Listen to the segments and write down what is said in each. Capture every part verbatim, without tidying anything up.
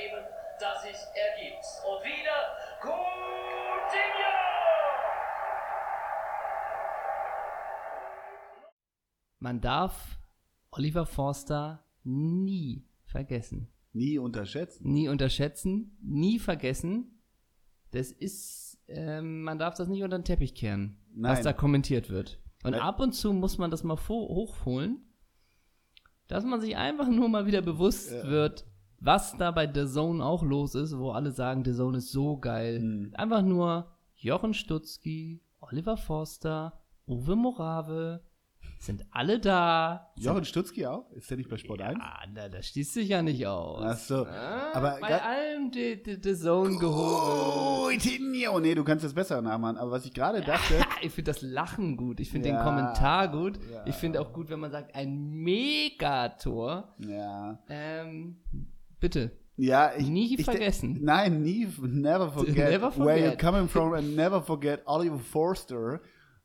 erleben, das sich ergibt. Und wieder Coutinho! Man darf Oliver Forster nie vergessen. Nie unterschätzen. Nie unterschätzen, nie vergessen. Das ist, ähm, man darf das nicht unter den Teppich kehren, Nein. was da kommentiert wird. Und Nein. ab und zu muss man das mal vor, hochholen, dass man sich einfach nur mal wieder bewusst Ja. wird, was da bei The Zone auch los ist, wo alle sagen, The Zone ist so geil. Hm. Einfach nur Jochen Stutzki, Oliver Forster, Uwe Morave, sind alle da. Jochen Stutzki auch? Ist der nicht bei Sport eins? Ah, na, das schließt sich ja nicht aus. Ach so. Ah, Aber bei ga- allem die, die, die Zone gehoben. Coutinho! Nee, du kannst das besser nachmachen. Aber was ich gerade dachte, Ich finde das Lachen gut, ich finde Ja, den Kommentar gut. ja. Ich finde auch gut, wenn man sagt, ein Megator. ja, Ähm, bitte. ja, ich, Nie ich, vergessen. Nein, nie, never forget, Never where you're forget. coming from and never forget Oliver Forster.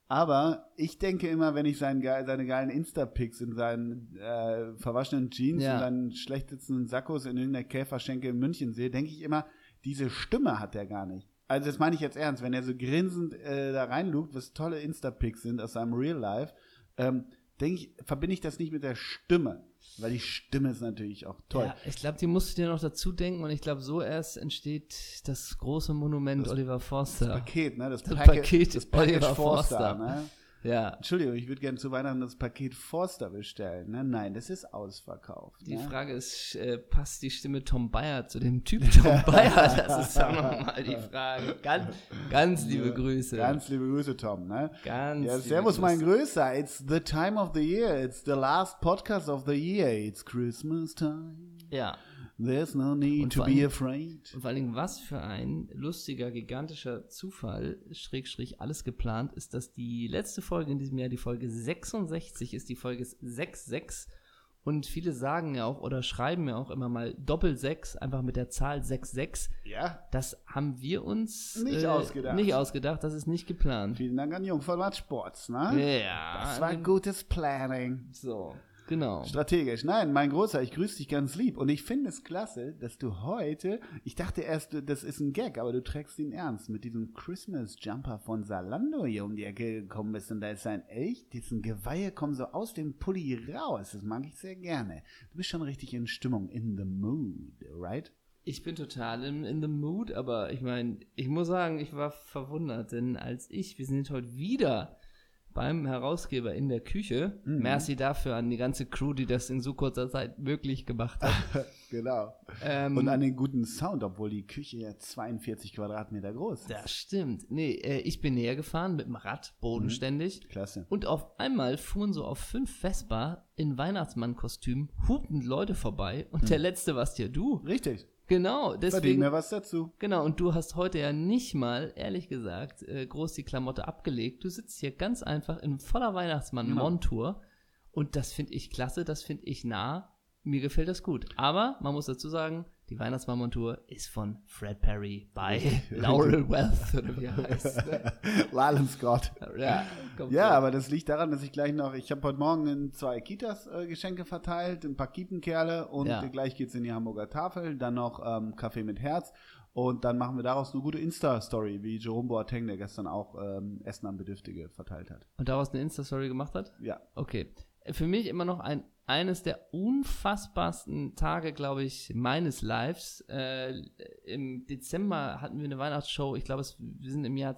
Aber ich denke immer, wenn ich seinen, ge- seine geilen Insta-Pics in seinen äh, verwaschenen Jeans Ja. und seinen schlecht sitzenden Sakkos in irgendeiner Käferschenke in München sehe, denke ich immer, diese Stimme hat er gar nicht. Also das meine ich jetzt ernst, wenn er so grinsend äh, da reinlugt, was tolle Insta-Pics sind aus seinem Real Life, ähm, denke ich, verbinde ich das nicht mit der Stimme. Weil die Stimme ist natürlich auch toll. Ja, ich glaube, die musst du dir noch dazu denken und ich glaube, so erst entsteht das große Monument Das- Oliver Forster. Das Paket, ne? Das, Das Packet, Paket das Package Oliver Forster, Forster. ne? Ja, Entschuldigung, ich würde gerne zu Weihnachten das Paket Forster bestellen. Ne? Nein, das ist ausverkauft. die ne? Frage ist, äh, passt die Stimme Tom Bayer zu dem Typ Tom Bayer? Das ist auch nochmal die Frage. Ganz, ganz liebe Grüße. Ganz liebe Grüße, Tom. Ne? Ganz Ja, liebe servus, Grüße. mein Größer. It's the time of the year. It's the last podcast of the year. It's Christmas time. Ja. There's no need Und to vor be allem- afraid. Und vor allen Dingen, was für ein lustiger, gigantischer Zufall, Schrägstrich, alles geplant ist, dass die letzte Folge in diesem Jahr, die Folge sechsundsechzig ist, die Folge ist sechs sechs. Und viele sagen ja auch oder schreiben ja auch immer mal Doppel-Sechs, einfach mit der Zahl sechs sechs. Ja. Das haben wir uns Nicht ausgedacht. Nicht ausgedacht, das ist nicht geplant. Vielen Dank an Jungformat Sports, ne? Ja. Das war gutes Planning. So, genau. Strategisch. Nein, mein Großer, ich grüße dich ganz lieb. Und ich finde es klasse, dass du heute, ich dachte erst, das ist ein Gag, aber du trägst ihn ernst, mit diesem Christmas-Jumper von Zalando hier um die Ecke gekommen bist. Und da ist ein Elch, diesen Geweihe kommen so aus dem Pulli raus. Das mag ich sehr gerne. Du bist schon richtig in Stimmung, in the mood, right? Ich bin total in, in the mood, aber ich meine, ich muss sagen, ich war verwundert, denn als ich, wir sind heute wieder beim Herausgeber in der Küche, Mhm. merci dafür an die ganze Crew, die das in so kurzer Zeit möglich gemacht hat. Genau. ähm, Und an den guten Sound, obwohl die Küche ja zweiundvierzig Quadratmeter groß ist. Das stimmt. Nee, äh, ich bin näher gefahren mit dem Rad, bodenständig. Klasse. Und auf einmal fuhren so auf fünf Vespa in Weihnachtsmann-Kostüm hupend Leute vorbei. Und der letzte warst ja du. Richtig. Genau, Verdienen deswegen. wir was dazu. Genau, und du hast heute ja nicht mal, ehrlich gesagt, äh, groß die Klamotte abgelegt. Du sitzt hier ganz einfach in voller Weihnachtsmann-Montur. Und das finde ich klasse, das finde ich nah. Mir gefällt das gut. Aber man muss dazu sagen, die Weihnachtsmann-Montur ist von Fred Perry bei Laurel Wealth, oder wie er heißt. Ne? Lalen Scott. Ja, kommt Ja, vor. aber das liegt daran, dass ich gleich noch, ich habe heute Morgen in zwei Kitas äh, Geschenke verteilt, ein paar Kiepenkerle und Ja. äh, gleich geht's in die Hamburger Tafel, dann noch ähm, Kaffee mit Herz und dann machen wir daraus eine gute Insta-Story, wie Jerome Boateng, der gestern auch ähm, Essen an Bedürftige verteilt hat. Und daraus eine Insta-Story gemacht hat? Ja. Okay. Für mich immer noch ein, eines der unfassbarsten Tage, glaube ich, meines Lives. Äh, Im Dezember hatten wir eine Weihnachtsshow. Ich glaube, es- wir sind im Jahr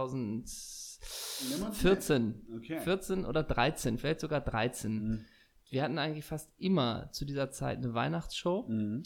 zweitausendvierzehn. Okay. vierzehn oder dreizehn, vielleicht sogar dreizehn. Mhm. Wir hatten eigentlich fast immer zu dieser Zeit eine Weihnachtsshow. Mhm.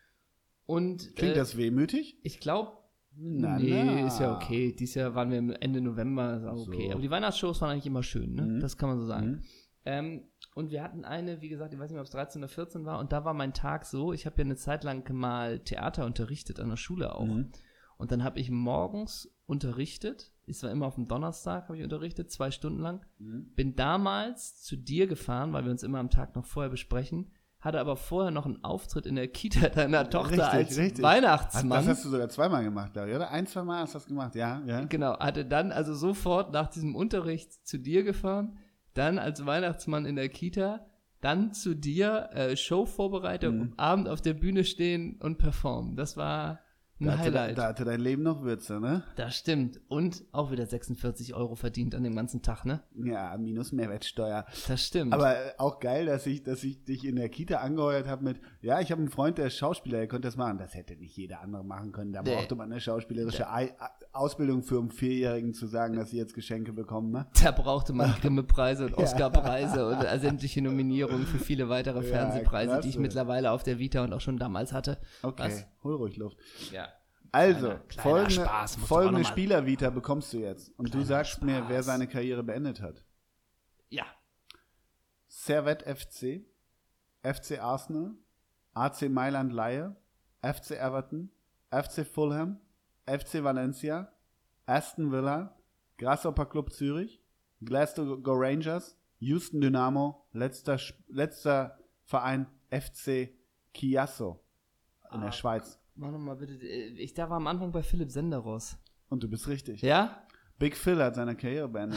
Und Klingt äh, das wehmütig? ich glaube, Na, nee, na. ist ja okay. Dieses Jahr waren wir im Ende November, ist auch okay. So. Aber die Weihnachtsshows waren eigentlich immer schön, ne? Mhm. Das kann man so sagen. Mhm. Ähm, und wir hatten eine, wie gesagt, ich weiß nicht mehr, ob es dreizehn oder vierzehn war, und da war mein Tag so, ich habe ja eine Zeit lang mal Theater unterrichtet, an der Schule auch. Mhm. Und dann habe ich morgens unterrichtet, es war immer auf dem Donnerstag, habe ich unterrichtet, zwei Stunden lang. Mhm. Bin damals zu dir gefahren, weil wir uns immer am Tag noch vorher besprechen, hatte aber vorher noch einen Auftritt in der Kita deiner Tochter Richtig, als richtig. Weihnachtsmann. Das hast du sogar zweimal gemacht, glaube ich, oder? Ein, zwei Mal hast du das gemacht, ja, ja. Genau, hatte dann also sofort nach diesem Unterricht zu dir gefahren, dann als Weihnachtsmann in der Kita, dann zu dir, äh, Showvorbereitung, Mhm. am Abend auf der Bühne stehen und performen. Das war ein Da hatte, Highlight. da hatte dein Leben noch Würze, ne? Das stimmt. Und auch wieder sechsundvierzig Euro verdient an dem ganzen Tag, ne? Ja, minus Mehrwertsteuer. Das stimmt. Aber äh, auch geil, dass ich, dass ich dich in der Kita angeheuert habe mit, ja, ich habe einen Freund, der ist Schauspieler, der könnte das machen. Das hätte nicht jeder andere machen können. Da Nee. brauchte man eine schauspielerische Ei- Ausbildung für, um Vierjährigen zu sagen, dass sie jetzt Geschenke bekommen, ne? Da brauchte man Grimme-Preise und Oscar-Preise und äh, sämtliche Nominierungen für viele weitere Ja, Fernsehpreise, die ich klasse. mittlerweile auf der Vita und auch schon damals hatte. Okay, Was? hol ruhig Luft. Ja. Also, Kleiner- kleiner folgende, Spaß, musst du auch folgende noch mal- Spielervita bekommst du jetzt. Und du Kleiner sagst mir, Spaß. wer seine Karriere beendet hat. Ja. Servette F C, F C Arsenal, A C Mailand Laie, F C Everton, F C Fulham, F C Valencia, Aston Villa, Grasshopper Club Zürich, Glasgow Rangers, Houston Dynamo, letzter, Sp- letzter Verein F C Chiasso in Ah. der Schweiz. Mach nochmal bitte. Ich da war am Anfang bei Philipp Senderos. Und du bist richtig. Ja? Big Phil hat seine Karriere beendet.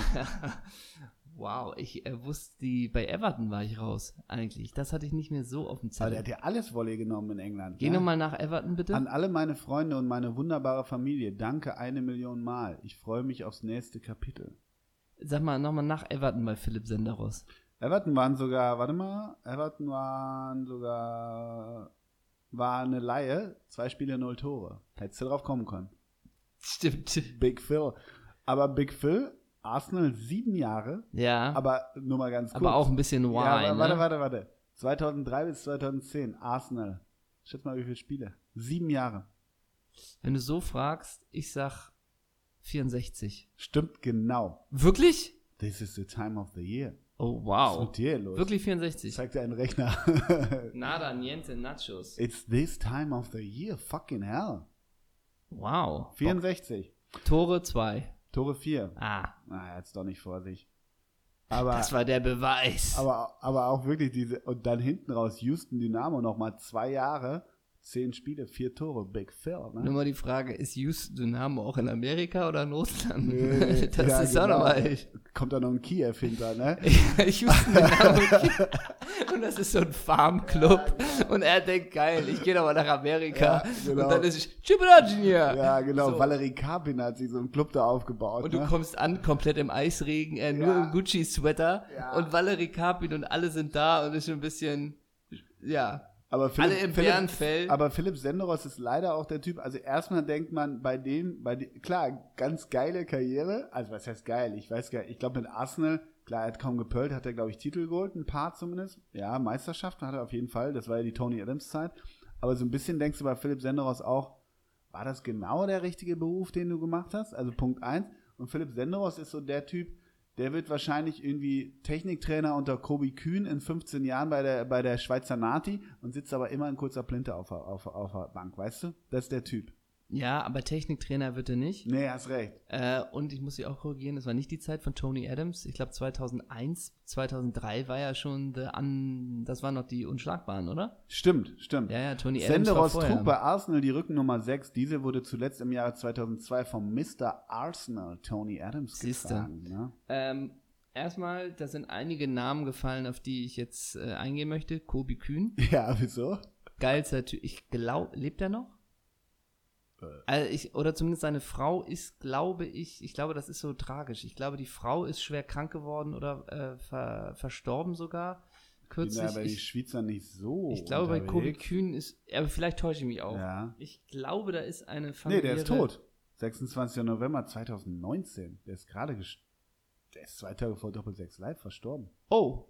Wow, ich äh, wusste, die, bei Everton war ich raus, eigentlich. Das hatte ich nicht mehr so auf dem Aber der Zettel. hat ja alles Volley genommen in England. Geh ne? nochmal nach Everton, bitte. An alle meine Freunde und meine wunderbare Familie, danke eine Million Mal. Ich freue mich aufs nächste Kapitel. Sag mal nochmal nach Everton bei Philipp Senderos. Everton waren sogar, warte mal, Everton waren sogar, war eine Laie, zwei Spiele, null Tore. Hättest du drauf kommen können. Stimmt. Big Phil. Aber Big Phil, Arsenal sieben Jahre, Ja, aber, aber nur mal ganz kurz. auch ein bisschen Wine, Ja, aber warte, ne? warte, warte. zweitausenddrei bis zweitausendzehn, Arsenal. Schätz mal, wie viele Spiele? Sieben Jahre. Wenn du so fragst, ich sag vierundsechzig. Stimmt genau. Wirklich? This is the time of the year. Oh, Was ist wow. mit dir los? Wirklich vierundsechzig. Zeigt dir einen Rechner. Nada, niente, Nachos. It's this time of the year. Fucking hell. Wow. vierundsechzig. Tore zwei. Tore vier. Ah, Na, er hat's doch nicht vor sich. Aber, das war der Beweis. aber, aber auch wirklich diese, und dann hinten raus Houston Dynamo nochmal zwei Jahre, zehn Spiele, vier Tore, Big Phil, Nur ne? mal die Frage, ist Houston Dynamo auch in Amerika oder in Russland? Nee, das ja, ist auch genau. nochmal. Kommt da noch ein Kiew hinter, ne? Houston Dynamo. Und das ist so ein Farmclub. Und er denkt, geil, ich gehe doch mal nach Amerika. Ja, genau. Und dann ist es Chipradjnia. Ja, genau. So. Valerie Karpin hat sich so einen Club da aufgebaut. Und du ne? kommst an, komplett im Eisregen, er nur Ja. im Gucci-Sweater. Ja. Und Valerie Karpin und alle sind da und ist schon ein bisschen, ja, Aber Philipp, alle im Philipp, Bärenfell. Aber Philipp Senderos ist leider auch der Typ, also erstmal denkt man bei dem, bei dem, klar, ganz geile Karriere, also was heißt geil, ich weiß gar nicht, ich glaube mit Arsenal, klar, er hat kaum gepölt, hat er glaube ich Titel geholt, ein paar zumindest, ja, Meisterschaften hat er auf jeden Fall, das war ja die Tony Adams Zeit, aber so ein bisschen denkst du bei Philipp Senderos auch, war das genau der richtige Beruf, den du gemacht hast? Also Punkt eins, und Philipp Senderos ist so der Typ, der wird wahrscheinlich irgendwie Techniktrainer unter Kobi Kühn in fünfzehn Jahren bei der, bei der Schweizer Nati und sitzt aber immer in kurzer Plinte auf, der- auf, der- auf der Bank, weißt du? Das ist der Typ. ja, aber Techniktrainer wird er nicht. Nee, hast recht. Äh, und ich muss sie auch korrigieren, das war nicht die Zeit von Tony Adams. Ich glaube zweitausendeins, zweitausenddrei war ja schon the un, das waren noch die Unschlagbaren, oder? Stimmt, stimmt. Ja, ja, Tony Adams war Senderos vorher. trug bei Arsenal die Rückennummer sechs. Diese wurde zuletzt im Jahre zweitausendzwei vom Mister Arsenal Tony Adams Siehste. getragen. Ne? Ähm, erstmal, da sind einige Namen gefallen, auf die ich jetzt äh, eingehen möchte. Kobi Kühn, Ja, wieso? geilster Typ. Ich glaube, lebt er noch? Äh. Also ich, oder zumindest seine Frau ist, glaube ich, ich glaube, das ist so tragisch. Ich glaube, die Frau ist schwer krank geworden oder äh, ver, verstorben sogar. Kürzlich. Ja, aber die ich, Schweizer nicht so. ich glaube, bei Kobi unterwegs. Kühn ist, aber vielleicht täusche ich mich auch. Ja. Ich glaube, da ist eine Nee, Familie. der ist tot. sechsundzwanzigster November zweitausendneunzehn. Der ist gerade gest- Der ist zwei Tage vor Doppel sechs Live verstorben. Oh.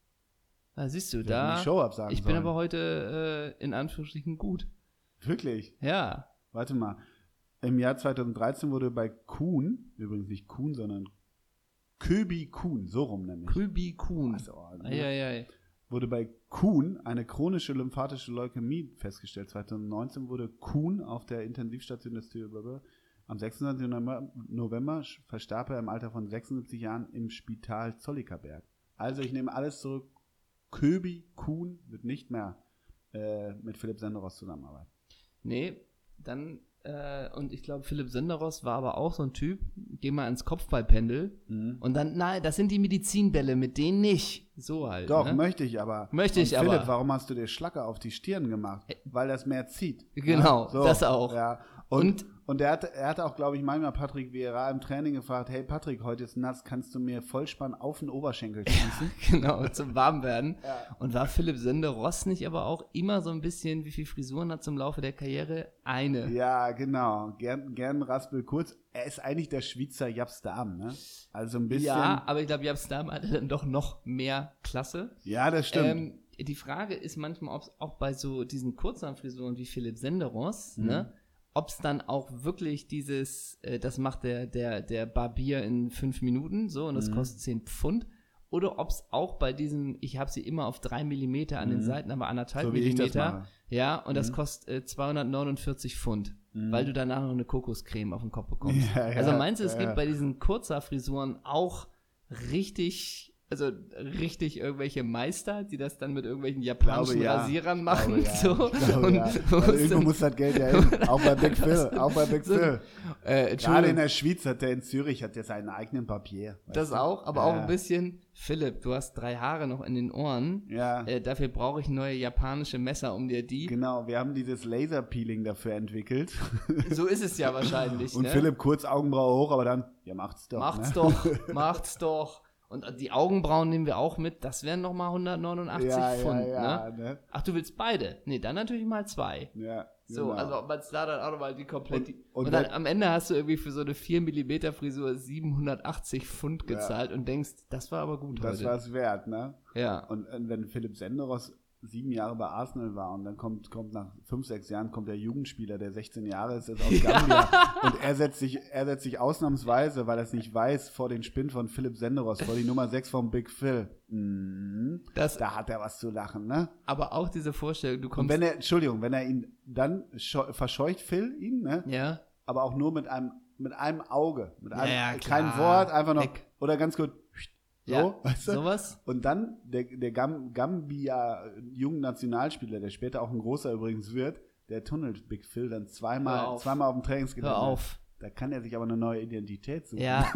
Da siehst du, Wir hätten da. die Show absagen Ich bin sollen. aber heute äh, in Anführungsstrichen gut. Wirklich? Ja. Warte mal. Im Jahr zweitausenddreizehn wurde bei Kuhn, übrigens nicht Kuhn, sondern Köbi Kuhn, so rum nämlich. Köbi Kuhn. Also, ne? Eieiei. Wurde bei Kuhn eine chronische lymphatische Leukämie festgestellt. zweitausendneunzehn wurde Kuhn auf der Intensivstation des T B B. Am sechsundzwanzigsten November, November verstarb er im Alter von sechsundsiebzig Jahren im Spital Zollikaberg. Also ich nehme alles zurück. Köbi Kuhn wird nicht mehr äh, mit Philipp Senderos zusammenarbeiten. Nee, dann Äh, und ich glaube, Philipp Senderos war aber auch so ein Typ, geh mal ins Kopfballpendel. Mhm. Und dann, nein, das sind die Medizinbälle, mit denen nicht. So halt. Doch, ne? möchte ich aber. Möchte ich und Philipp, aber. warum hast du dir Schlacke auf die Stirn gemacht? Weil das mehr zieht. Genau, Ja, so, das auch. Ja. Und, Und- und, und er, hatte, er hatte auch, glaube ich, manchmal Patrick Vieira im Training gefragt, hey Patrick, heute ist nass, kannst du mir Vollspann auf den Oberschenkel schießen? Genau, zum Warmwerden. Ja. Und war Philipp Senderos nicht aber auch immer so ein bisschen, wie viele Frisuren hat zum Laufe der Karriere? Eine. Ja, genau. Gern, gern Raspel kurz. Er ist eigentlich der Schweizer Japs Dahm, ne? Also ein bisschen. Ja, aber ich glaube, Jabs Dahm hatte dann doch noch mehr Klasse. Ja, das stimmt. Ähm, die Frage ist manchmal, ob es auch bei so diesen Kurzarmfrisuren wie Philipp Senderos, Mhm. ne, ob es dann auch wirklich dieses, äh, das macht der, der, der Barbier in fünf Minuten, so, und das Mhm. kostet zehn Pfund, oder ob es auch bei diesem, ich habe sie immer auf drei Millimeter an den Mhm. Seiten, aber anderthalb So wie ich das Millimeter, mache. ja, und das Mhm. kostet äh, zweihundertneunundvierzig Pfund, Mhm. weil du danach noch eine Kokoscreme auf den Kopf bekommst. Ja, ja, also meinst du, es ja, gibt ja. bei diesen Kurzhaarfrisuren auch richtig, also richtig irgendwelche Meister, die das dann mit irgendwelchen japanischen glaube, ja. Rasierern Ich machen? glaube, ja. So. Ich glaube, Und ja. wo Weil es irgendwo dann- muss das Geld ja hin. Auch bei Big Phil. Auch bei Big so- Phil. äh, Gerade in Entschuldigung, der Schweiz hat der in Zürich hat der seinen eigenen Papier. weißt das du? auch, aber ja. auch ein bisschen, Philipp, du hast drei Haare noch in den Ohren, Ja, äh, dafür brauche ich neue japanische Messer, um dir die, genau. Wir haben dieses Laserpeeling dafür entwickelt. so ist es ja wahrscheinlich, Und ne? Philipp kurz Augenbraue hoch, aber dann, ja, macht's doch. Macht's ne? doch, macht's doch. Und die Augenbrauen nehmen wir auch mit, das wären nochmal hundertneunundachtzig Ja, Pfund, ja, ja, ne? ne? Ach, du willst beide? Nee, dann natürlich mal zwei. Ja, So, genau. also ob man es da dann auch nochmal die komplett... Und- Und, und und dann wenn- am Ende hast du irgendwie für so eine vier Millimeter Frisur siebenhundertachtzig Pfund gezahlt und denkst, das war aber gut das heute. war's wert, ne? Ja. Und äh, wenn Philipp Senderos sieben Jahre bei Arsenal war und dann kommt, kommt nach fünf, sechs Jahren kommt der Jugendspieler, der sechzehn Jahre ist, ist aus Gambia und er setzt sich, er setzt sich ausnahmsweise, weil er es nicht weiß, vor den Spinn von Philipp Senderos, vor die Nummer sechs vom Big Phil. Mhm. Das, Da hat er was zu lachen, ne? aber auch diese Vorstellung, du Und kommst... wenn er, Entschuldigung, wenn er ihn dann scheu- verscheucht Phil ihn, ne? ja, Aber auch nur mit einem, mit einem Auge, mit einem, Ja, ja, kein klar. Wort, einfach noch, Weg. oder ganz gut, so, ja, weißt du? sowas. Und dann der, der Gam Gambia jungen Nationalspieler, der später auch ein großer übrigens wird, der tunnelt Big Phil dann Hör zweimal, auf. zweimal auf dem Trainingsgelände. Hör auf. Da kann er sich aber eine neue Identität suchen. Ja.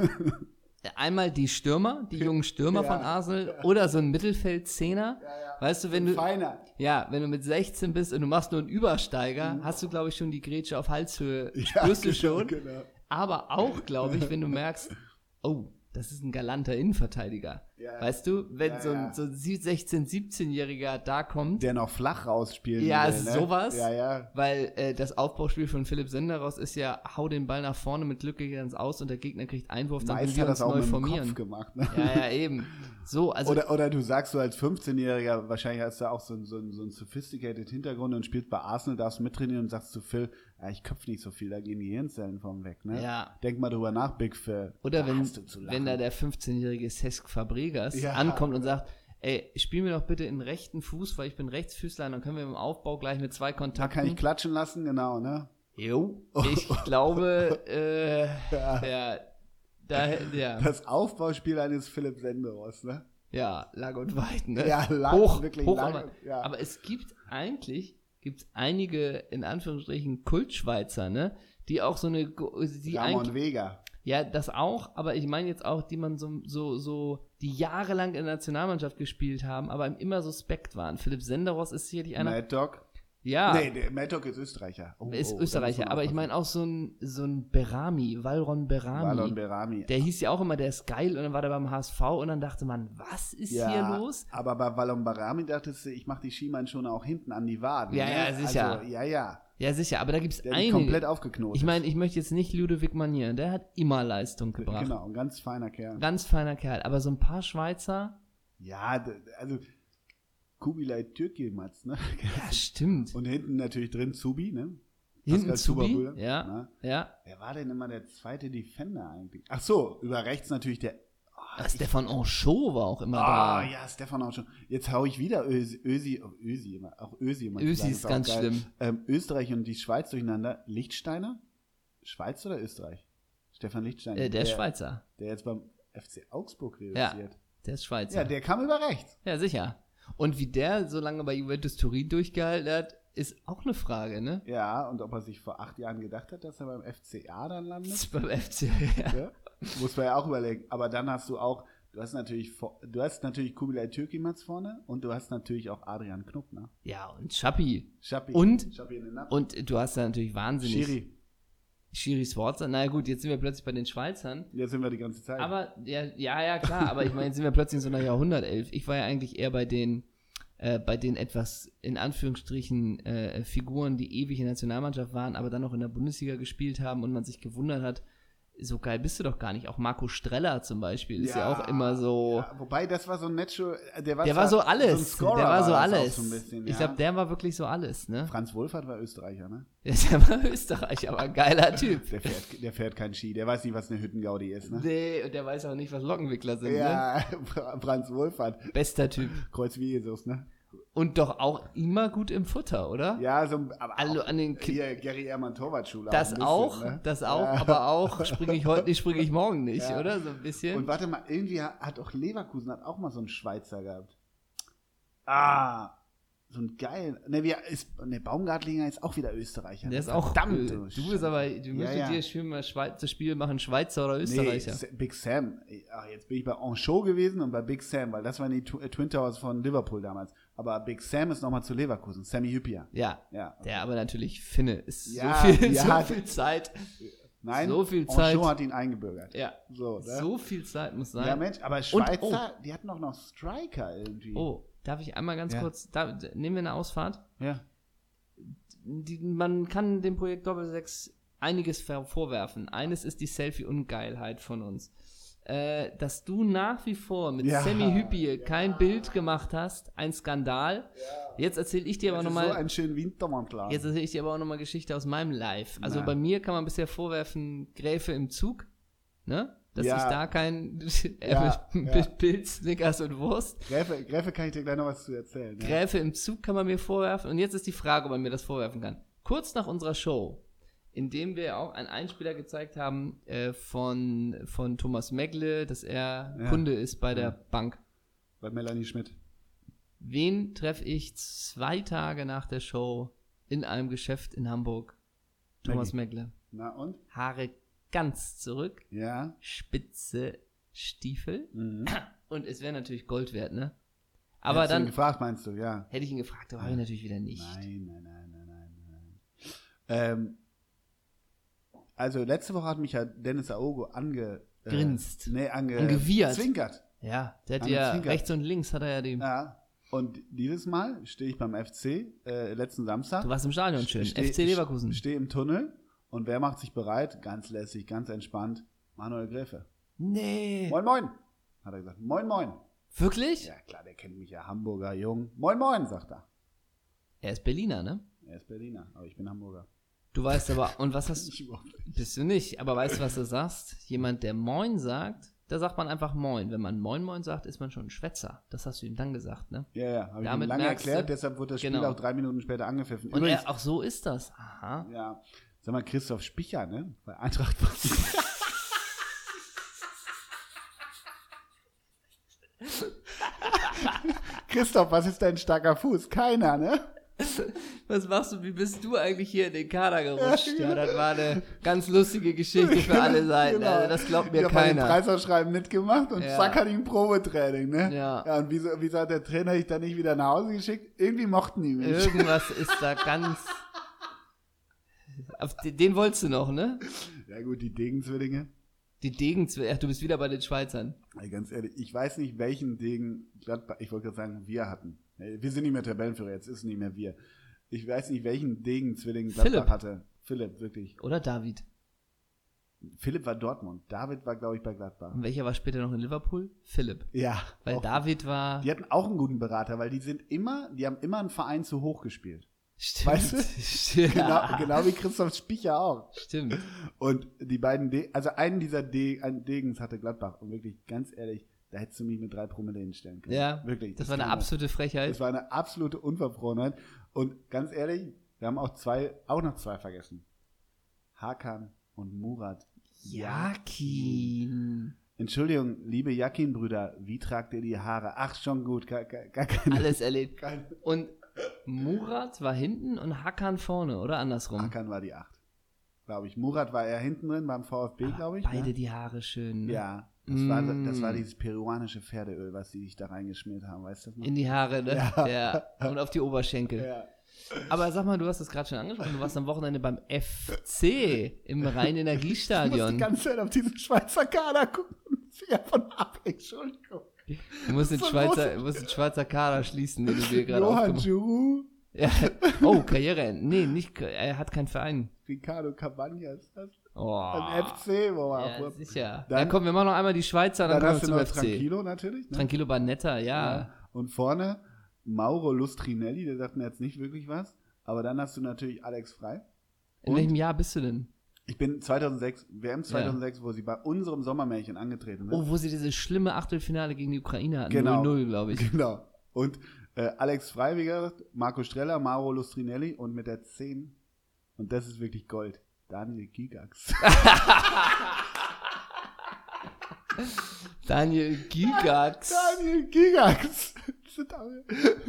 Einmal die Stürmer, die jungen Stürmer Ja. von Arsenal oder so ein Mittelfeldzehner. Weißt du, wenn du, Feiner. ja, wenn du mit sechzehn bist und du machst nur einen Übersteiger, hast du, glaube ich, schon die Grätsche auf Halshöhe, spürst du schon. Genau. Aber auch, glaube ich, wenn du merkst, oh, das ist ein galanter Innenverteidiger. Ja. Weißt du, wenn Ja, so ein ja. so ein sechzehn-, siebzehnjähriger da kommt, Der noch flach rausspielen Ja, will, ne? sowas. Ja, ja. weil äh, das Aufbauspiel von Philipp Senderos ist ja, hau den Ball nach vorne mit Glück geht er ins Aus und der Gegner kriegt Einwurf, dann Meist müssen wir hat uns das auch neu mit dem formieren. Kopf gemacht. Ne? Ja, ja, eben. So, also Oder, oder du sagst so als fünfzehnjähriger, wahrscheinlich hast du auch so, ein- so, ein- so einen sophisticated Hintergrund und spielst bei Arsenal, darfst mittrainieren und sagst zu Phil, ja, ich köpfe nicht so viel, da gehen die Hirnzellen vom weg. Ne? Ja. Denk mal drüber nach, Big Phil. Oder Da wenn, hast du zu lachen. wenn da der fünfzehnjährige Cesc Fabregas Ja. ankommt und sagt, ey, spiel mir doch bitte in rechten Fuß, weil ich bin Rechtsfüßler, und dann können wir im Aufbau gleich mit zwei Da Kontakten. kann ich klatschen lassen, genau, ne? Jo, ich glaube, äh, Ja. ja, da, ja, Das Aufbauspiel eines Philipp Senderos, ne? ja, lang und weit, ne? Ja, lang, hoch, wirklich hoch, lang, aber, ja. aber es gibt eigentlich, gibt's einige, in Anführungsstrichen, Kultschweizer, ne? Die auch so eine, die eigentlich, Ramon Vega. ja, das auch, aber ich meine jetzt auch, die man so, so, so, die jahrelang in der Nationalmannschaft gespielt haben, aber immer suspekt waren. Philipp Senderos ist sicherlich einer, Mad Dog. ja, Nee, der Mad Dog ist Österreicher. Oh, ist oh, da Österreicher, muss man aber ich aufpassen. meine auch so ein, so ein Berami, Valron Berami. Marlon Berami. Der hieß ja auch immer, der ist geil, und dann war der beim H S V und dann dachte man, was ist ja, hier los? aber bei Valon Berami dachtest du, ich mach die Schienbeinschoner auch hinten an die Waden. Ja, ne? ja, sicher. Also, ja, ja. Ja, sicher, aber da gibt es Der ist komplett einige. aufgeknotet. Ich meine, ich möchte jetzt nicht Ludovic Manier, der hat immer Leistung gebracht. Genau, ein ganz feiner Kerl. Ganz feiner Kerl, aber so ein paar Schweizer, Ja, d- also Kubilay Türkilmaz, ne? ja, stimmt. Und hinten natürlich drin Zubi, ne? Hinten Pascal Zubi, Zuberbrüder, ja, ne? ja. Wer war denn immer der zweite Defender eigentlich? Ach so, über rechts natürlich der. Ah, Stefan Anchot war auch immer Ah, da. ja, Stefan auch schon. Jetzt hau ich wieder Ösi, Ösi, oh, Ösi immer, auch Ösi immer. zu Ösi sagen, ist auch ganz geil. schlimm. Ähm, Österreich und die Schweiz durcheinander. Lichtsteiner? Schweiz oder Österreich? Stefan Lichtsteiner. Äh, der ist Schweizer. Der jetzt beim F C Augsburg Ja, reüssiert. der ist Schweizer. Ja, der kam über rechts. Ja, sicher. Und wie der so lange bei Juventus Turin durchgehalten hat, ist auch eine Frage, ne? Ja, und ob er sich vor acht Jahren gedacht hat, dass er beim F C A dann landet. Beim F C, ja. Ja? Muss man ja auch überlegen. Aber dann hast du auch, du hast natürlich, du hast natürlich Kubilay Türkimaz vorne und du hast natürlich auch Adrian Knupner. Ja, und Schappi. Schappi. Und, Schappi in den Nacken. und du hast da natürlich wahnsinnig... Schiri. Schiri Sforza. Na gut, jetzt sind wir plötzlich bei den Schweizern. Jetzt sind wir die ganze Zeit. Aber, ja, ja, ja, klar, aber ich meine, jetzt sind wir plötzlich in so einer Jahrhundertelf. Ich war ja eigentlich eher bei den, äh, bei den etwas, in Anführungsstrichen, äh, Figuren, die ewig in der Nationalmannschaft waren, aber dann noch in der Bundesliga gespielt haben und man sich gewundert hat, so geil bist du doch gar nicht. Auch Marco Streller zum Beispiel ist ja, ja auch immer so. Ja, wobei, das war so ein Netto. Der war, der war so alles. So ein Scorer der war so war das alles. auch so ein bisschen, ich ja. glaube, der war wirklich so alles, ne? Franz Wohlfahrt war Österreicher, ne? Ja, der war Österreicher, aber ein geiler Typ. Der fährt, der fährt kein Ski. Der weiß nicht, was eine Hüttengaudi ist, ne? Nee, und der weiß auch nicht, was Lockenwickler sind, ja, ne? Franz Wohlfahrt. Bester Typ. Kreuz wie Jesus, ne? Und doch auch immer gut im Futter, oder? Ja, so, aber also auch an den K- hier Gary Ehrmann Torwartschule. Das auch, bisschen, ne? das auch, ja. aber auch springe ich heute nicht, springe ich morgen nicht, Ja. oder? So ein bisschen. Und warte mal, irgendwie hat auch Leverkusen hat auch mal so einen Schweizer gehabt. Ah, so ein geil. Ne, wie ist, ne, Baumgartlinger ist auch wieder Österreicher. Der ist auch, verdammt. äh, du du bist aber, du Ja, müsstest ja. dir schön mal Schweiz, das Spiel machen, Schweizer oder Österreicher. Nee, Big Sam. Ach, jetzt bin ich bei Anchot gewesen und bei Big Sam, weil das waren die Tw- Twin Towers von Liverpool damals. Aber Big Sam ist nochmal zu Leverkusen. Sammy Hüppier. Ja, Ja. der aber natürlich Finne ist Ja, so, viel, ja. so viel Zeit. Nein, so viel Zeit. Anchot hat ihn eingebürgert. Ja, So, ne? so viel Zeit muss sein. Ja, Mensch, aber Schweizer, die hatten auch noch Striker irgendwie. Oh, darf ich einmal ganz Ja. kurz, da, nehmen wir eine Ausfahrt? Ja. Die, man kann dem Projekt Doppelsechs einiges ver- vorwerfen. Eines ist die Selfie-Ungeilheit von uns. Äh, dass du nach wie vor mit Ja. Sammy Hüppier kein Bild gemacht hast, ein Skandal. Jetzt erzähle ich dir aber Das ist nochmal. so einen schönen Wintermantel an. Jetzt erzähle ich dir aber auch nochmal Geschichte aus meinem Live. Also Na. bei mir kann man bisher vorwerfen, Gräfe im Zug, ne? Dass Ja. ich da kein Ja, ja. Bild, Snickers und Wurst. Gräfe, Gräfe kann ich dir gleich noch was zu erzählen. Ja. Gräfe im Zug kann man mir vorwerfen. Und jetzt ist die Frage, ob man mir das vorwerfen kann. Kurz nach unserer Show, in dem wir auch einen Einspieler gezeigt haben äh, von, von Thomas Megle, dass er Ja. Kunde ist bei der Ja. Bank. Bei Melanie Schmidt. Wen treffe ich zwei Tage nach der Show in einem Geschäft in Hamburg? Thomas Megle. Na und? Haare ganz zurück, Ja. spitze Stiefel. Mhm. Und es wäre natürlich Gold wert, ne? Aber Hättest du ihn dann gefragt, meinst du, ja. hätte ich ihn gefragt, aber habe ich natürlich wieder nicht. Nein, nein, nein, nein, nein, nein. Ähm, also letzte Woche hat mich ja Dennis Aogo ange... Äh, Grinst. Nee, ange... Angewiehert. Zwinkert. Ja, der hat Hannes ja Zwinkert. rechts und links hat er ja die. Ja. Und dieses Mal stehe ich beim F C, äh, letzten Samstag. Du warst im Stadion schön. Steh- F C Leverkusen. Stehe im Tunnel und wer macht sich bereit? Ganz lässig, ganz entspannt. Manuel Gräfe. Nee. Moin, moin, hat er gesagt. Moin, moin. Wirklich? Ja, klar, der kennt mich ja, Hamburger Jung. Moin, moin, sagt er. Er ist Berliner, ne? Er ist Berliner, aber ich bin Hamburger. Du weißt aber, und was hast Ich überhaupt nicht. bist du nicht, aber weißt du, was du sagst? Jemand, der Moin sagt, da sagt man einfach Moin. Wenn man Moin Moin sagt, ist man schon ein Schwätzer. Das hast du ihm dann gesagt, ne? Ja, ja, habe ich ihm Damit lange merkst erklärt, du- deshalb wurde das Spiel Genau. auch drei Minuten später angepfiffen. Und Übrigens, er, auch so ist das. Aha. ja, sag mal, Christoph Spicher, ne? Bei Eintracht Frankfurt. Christoph, was ist dein starker Fuß? Keiner, ne? Was machst du, wie bist du eigentlich hier in den Kader gerutscht? Ja, das war eine ganz lustige Geschichte für alle Seiten. Genau. Also das glaubt mir ich hab mal den keiner. Preisausschreiben mitgemacht und Ja. zack hat ihn Probetraining, ne? Ja. Ja, und wieso, wieso hat der Trainer dich dann nicht wieder nach Hause geschickt? Irgendwie mochten die mich. Irgendwas ist da ganz... Auf den, den wolltest du noch, ne? Ja gut, die Degenzwillinge. Die Degen, ach, du bist wieder bei den Schweizern. Ey, ganz ehrlich, ich weiß nicht, welchen Degen Gladbach, ich wollte gerade sagen, wir hatten. Wir sind nicht mehr Tabellenführer, jetzt ist es nicht mehr wir. Ich weiß nicht, welchen Degen-Zwilling Gladbach Philipp. hatte. Philipp, wirklich. Oder David. Philipp war Dortmund. David war, glaube ich, bei Gladbach. Und welcher war später noch in Liverpool? Philipp. Ja. Weil auch- David war... Die hatten auch einen guten Berater, weil die sind immer, die haben immer einen Verein zu hoch gespielt. Stimmt. Weißt du? Stimmt. Genau, genau wie Christoph Spicher auch. Stimmt. Und die beiden, De also einen dieser De einen Degens hatte Gladbach. Und wirklich, ganz ehrlich, da hättest du mich mit drei Promille hinstellen können. Ja, wirklich. das war eine kann man- absolute Frechheit. Das war eine absolute Unverfrorenheit. Und ganz ehrlich, wir haben auch zwei, auch noch zwei vergessen. Hakan und Murat. Jakin. Entschuldigung, liebe Jakin-Brüder, wie tragt ihr die Haare? Ach, schon gut, gar, gar, gar keine. Alles erlebt. keine Und Murat war hinten und Hakan vorne, oder andersrum? Hakan war die acht, glaube ich. Murat war eher hinten drin beim VfB, glaube ich. Beide ne? die Haare schön. Ne? Ja, das, Mm. war, das war dieses peruanische Pferdeöl, was die sich da reingeschmiert haben, weißt du das noch? In die Haare, ne? Ja. Ja. Und auf die Oberschenkel. Ja. Aber sag mal, du hast es gerade schon angesprochen, du warst am Wochenende beim F C im Ich muss die Rhein-Energiestadion. ganze Zeit auf diesen Schweizer Kader gucken. Ja, von ab, Entschuldigung. Du musst den So Schweizer, los. du musst den Schweizer Kader schließen, den du dir gerade Johann aufgemacht Giroud, ja. Oh, Karriereende. Nee, nicht, er hat keinen Verein. Ricardo Cabanas, das Oh. ein F C, wo wir Ja, auch- sicher. Dann- ja, komm, wir machen noch einmal die Schweizer, dann, Dann kommen hast wir du zum noch F C. Tranquilo natürlich. Ne? Tranquilo Barnetta, ja. Ja. Und vorne Mauro Lustrinelli, der sagt mir jetzt nicht wirklich was. Aber dann hast du natürlich Alex Frey. In Und welchem Jahr bist du denn? ich bin zweitausendsechs, W M zweitausendsechs, wo sie bei unserem Sommermärchen angetreten sind. Oh, wo sie dieses schlimme Achtelfinale gegen die Ukraine hatten. Genau. null null, glaube ich. Genau. Und äh, Alex Frey, wie gesagt, Marco Streller, Mauro Lustrinelli und mit der zehn, und das ist wirklich Gold, Daniel Gigax. Daniel Gigax. Daniel Gigax. Das ist ein-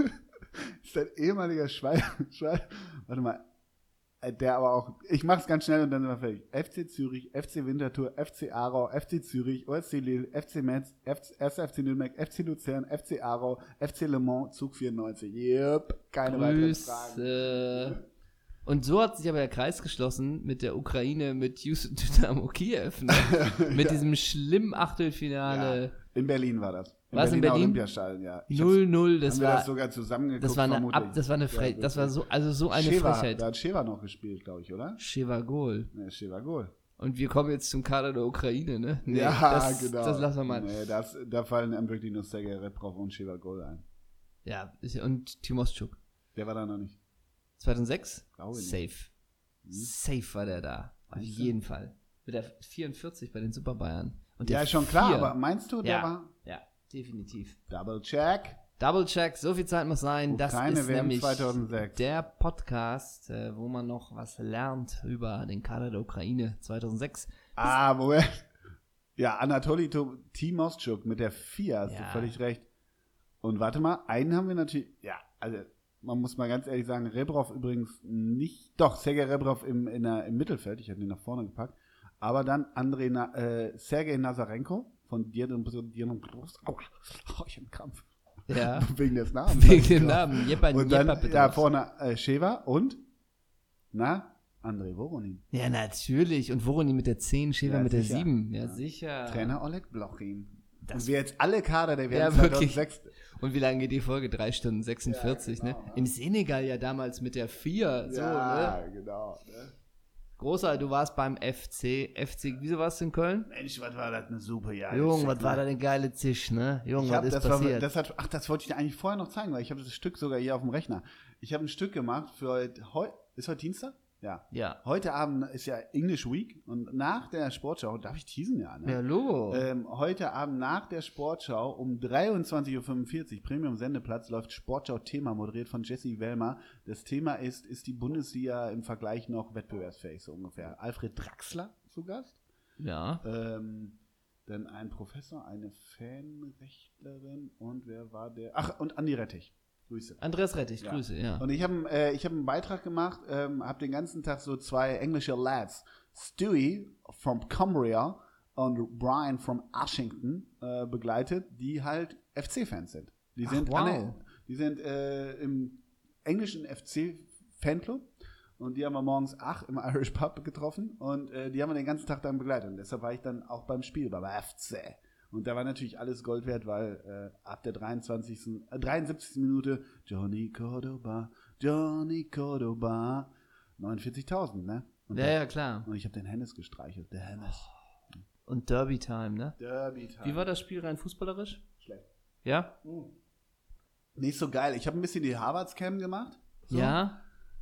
das ist ein ehemaliger Schweizer. Warte mal. Äh, Der aber auch, ich mach's ganz schnell und dann sind wir fertig. F C Zürich, F C Winterthur, F C Aarau, F C Zürich, O S C Lille, F C Metz, F C, erster F C Nürnberg, F C Luzern, F C Aarau, F C Le Mans, Zug vierundneunzig. Yep, keine weiteren Fragen. Grüße. Und so hat sich aber der Kreis geschlossen mit der Ukraine, mit Houston Dynamo Kiew, ne? Mit Ja. diesem schlimmen Achtelfinale. Ja, in Berlin war das. Im War's in Berliner Berlin? Olympiastadion, ja. Ich null null, hab's- das haben wir war, das sogar zusammengeguckt, das war eine, vermutlich. Ab, das war eine Fre Ja, das war so, also so eine Sheva, Frechheit. Da hat Sheva noch gespielt, glaube ich, oder? Chevagol. Ne, Sheva Goal. Und wir kommen jetzt zum Kader der Ukraine, ne? Nee, ja, das, genau. Das lassen wir mal. Nee, das, da fallen einem wirklich nur Sergei Rebrov und Sheva Goal ein. Ja, ist ja- und Timoschuk. Der war da noch nicht. zweitausendsechs? Glaube ich Safe. Hm. Safe war der da. Auf Siehst du? jeden Fall. Mit der vierundvierzig bei den Super Bayern. Und der Ja, schon klar, vier. aber meinst du, der Ja. war Ja, definitiv. Double Check? Double Check, so viel Zeit muss sein. Das Ukraine ist W M nämlich zweitausendsechs. der Podcast, äh, wo man noch was lernt über den Kader der Ukraine zweitausendsechs. Ah, Moment. Ja, Anatoli To- Timoschuk mit der vier, hast Ja. du völlig recht. Und warte mal, einen haben wir natürlich, ja, also man muss mal ganz ehrlich sagen, Rebrov übrigens nicht, doch, Sergei Rebrov im, in der, im Mittelfeld, ich habe den nach vorne gepackt, aber dann Andrei Na, äh, Sergei Nazarenko von Dieron Groß. Oh, ich habe einen Krampf. Ja, Wegen des Namens. wegen dem Namen. Jepa, Und dann, Jepa ja, vorne äh, Sheva und, na, Andrei Voronin. Ja, natürlich. Und Voronin mit der zehn, Schäfer Ja, mit der sicher. sieben. Ja, sicher. Trainer Oleg Blochin. Das- Und wir jetzt alle Kader der W M Ja, wirklich. zweitausendsechs. Und wie lange geht die Folge? drei Stunden sechsundvierzig, Ja, genau, ne? ja. Im Senegal ja damals mit der vier. So, ja, ne? genau. Ne? Großer, du warst beim F C. F C, wieso warst du in Köln? Mensch, was war das eine super Jahr. Junge, was war da denn geile Zisch, ne? Junge, Ich was hab, ist das war, passiert? das hat, ach, das wollte ich dir eigentlich vorher noch zeigen, weil ich habe das Stück sogar hier auf dem Rechner. Ich habe ein Stück gemacht für heute. Heu, ist heute Dienstag? Ja. ja. Heute Abend ist ja English Week und nach der Sportschau, darf ich teasen ja, ne? Ja, Logo. Ähm, heute Abend nach der Sportschau um dreiundzwanzig Uhr fünfundvierzig, Premium-Sendeplatz, läuft Sportschau-Thema, moderiert von Jesse Wellmer. Das Thema ist, ist die Bundesliga im Vergleich noch wettbewerbsfähig, so ungefähr. Alfred Draxler zu Gast. ja. Ähm, dann ein Professor, eine Fanrechtlerin und wer war der? Ach, und Andi Rettich. Grüße. Andreas Rettich, Ja. Grüße, ja. Und ich habe äh, ich hab einen Beitrag gemacht, ähm, habe den ganzen Tag so zwei englische Lads, Stewie from Cumbria und Brian from Ashington äh, begleitet, die halt F C-Fans sind. Die Ach, sind, wow. ah, nee, die sind äh, im englischen F C-Fanclub und die haben wir morgens ach im Irish Pub getroffen und äh, die haben wir den ganzen Tag dann begleitet. Und deshalb war ich dann auch beim Spiel, beim F C. Und da war natürlich alles Gold wert, weil äh, ab der dreiundzwanzigsten Äh, dreiundsiebzigsten Minute Johnny Cordoba, Johnny Cordoba, neunundvierzigtausend, ne? Und, Ja, da- ja, klar. und ich habe den Hennes gestreichelt, der Hennes. Und Derby Time, ne? Derby Time. Wie war das Spiel rein fußballerisch? Schlecht. Ja? Nicht so geil. Ich habe ein bisschen die Harvards-Cam gemacht. So. Ja?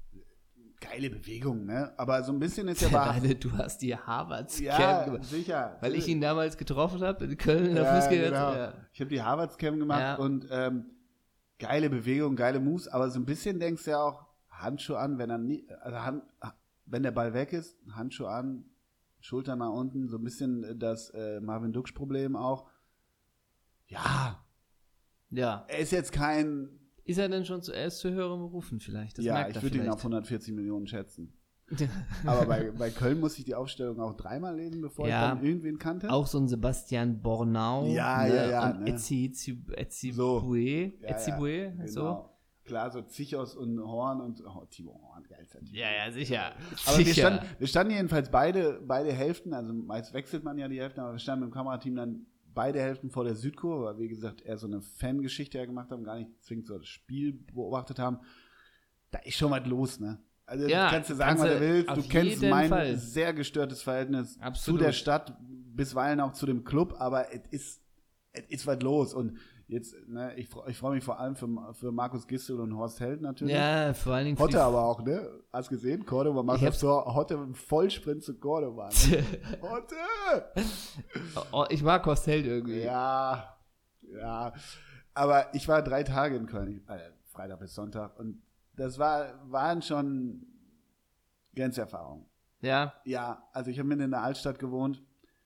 Geile Bewegung, ne? Aber so ein bisschen ist ja Ja, wahr. deine, du hast die Harvards Ja, Camp gemacht. sicher. Weil ich ihn damals getroffen habe in Köln in der ja, Fußgänger. genau. Ja. Ich habe die Harvards-Cam gemacht Ja. und ähm, geile Bewegung, geile Moves, aber so ein bisschen denkst du ja auch, Handschuh an, wenn er nie, also Hand, wenn der Ball weg ist, Handschuh an, Schulter nach unten, so ein bisschen das äh, Marvin Duksch-Problem auch. Ja, ja. er ist jetzt kein Ist er denn schon zuerst zu höheren Berufen vielleicht? Das ja, merkt ich er würde ihn vielleicht. auf hundertvierzig Millionen schätzen. Aber bei, bei Köln muss ich die Aufstellung auch dreimal lesen, bevor Ja. ich dann irgendwen kannte. Auch so ein Sebastian Bornau. Ja, ne? ja, ja, Und ne? Etzi, Etzi, So. Etzi Ja, ja, Etzibue, so. genau. Klar, so Zichos und Horn und oh, Timo Horn, geilster Typ. Ja, ja, sicher. Aber wir sicher. standen, wir standen jedenfalls beide, beide Hälften, also meist wechselt man ja die Hälften, aber wir standen mit dem Kamerateam dann beide Hälften vor der Südkurve, weil wie gesagt, eher so eine Fangeschichte ja gemacht haben, gar nicht zwingend so das Spiel beobachtet haben. Da ist schon was los, ne? Also Ja, kannst du sagen, kannst was du du willst. auf Du kennst jeden mein Fall. sehr gestörtes Verhältnis Absolut. zu der Stadt, bisweilen auch zu dem Club, aber es ist, es ist was los. Und jetzt, ne, ich, freu- ich freue mich vor allem für, für Markus Gistel und Horst Held natürlich. Ja, vor allen Dingen für die- Hotte aber auch, ne? Hast gesehen? Cordoba macht Ich das hab's- Tor. Hotte im Vollsprint zu Cordoba. Ne? Hotte! Oh, ich mag Horst Held irgendwie. Ja, ja. Aber ich war drei Tage in Köln, äh, Freitag bis Sonntag, und das war, waren schon Grenzerfahrungen. Ja, Ja, also ich habe mitten in der Altstadt gewohnt,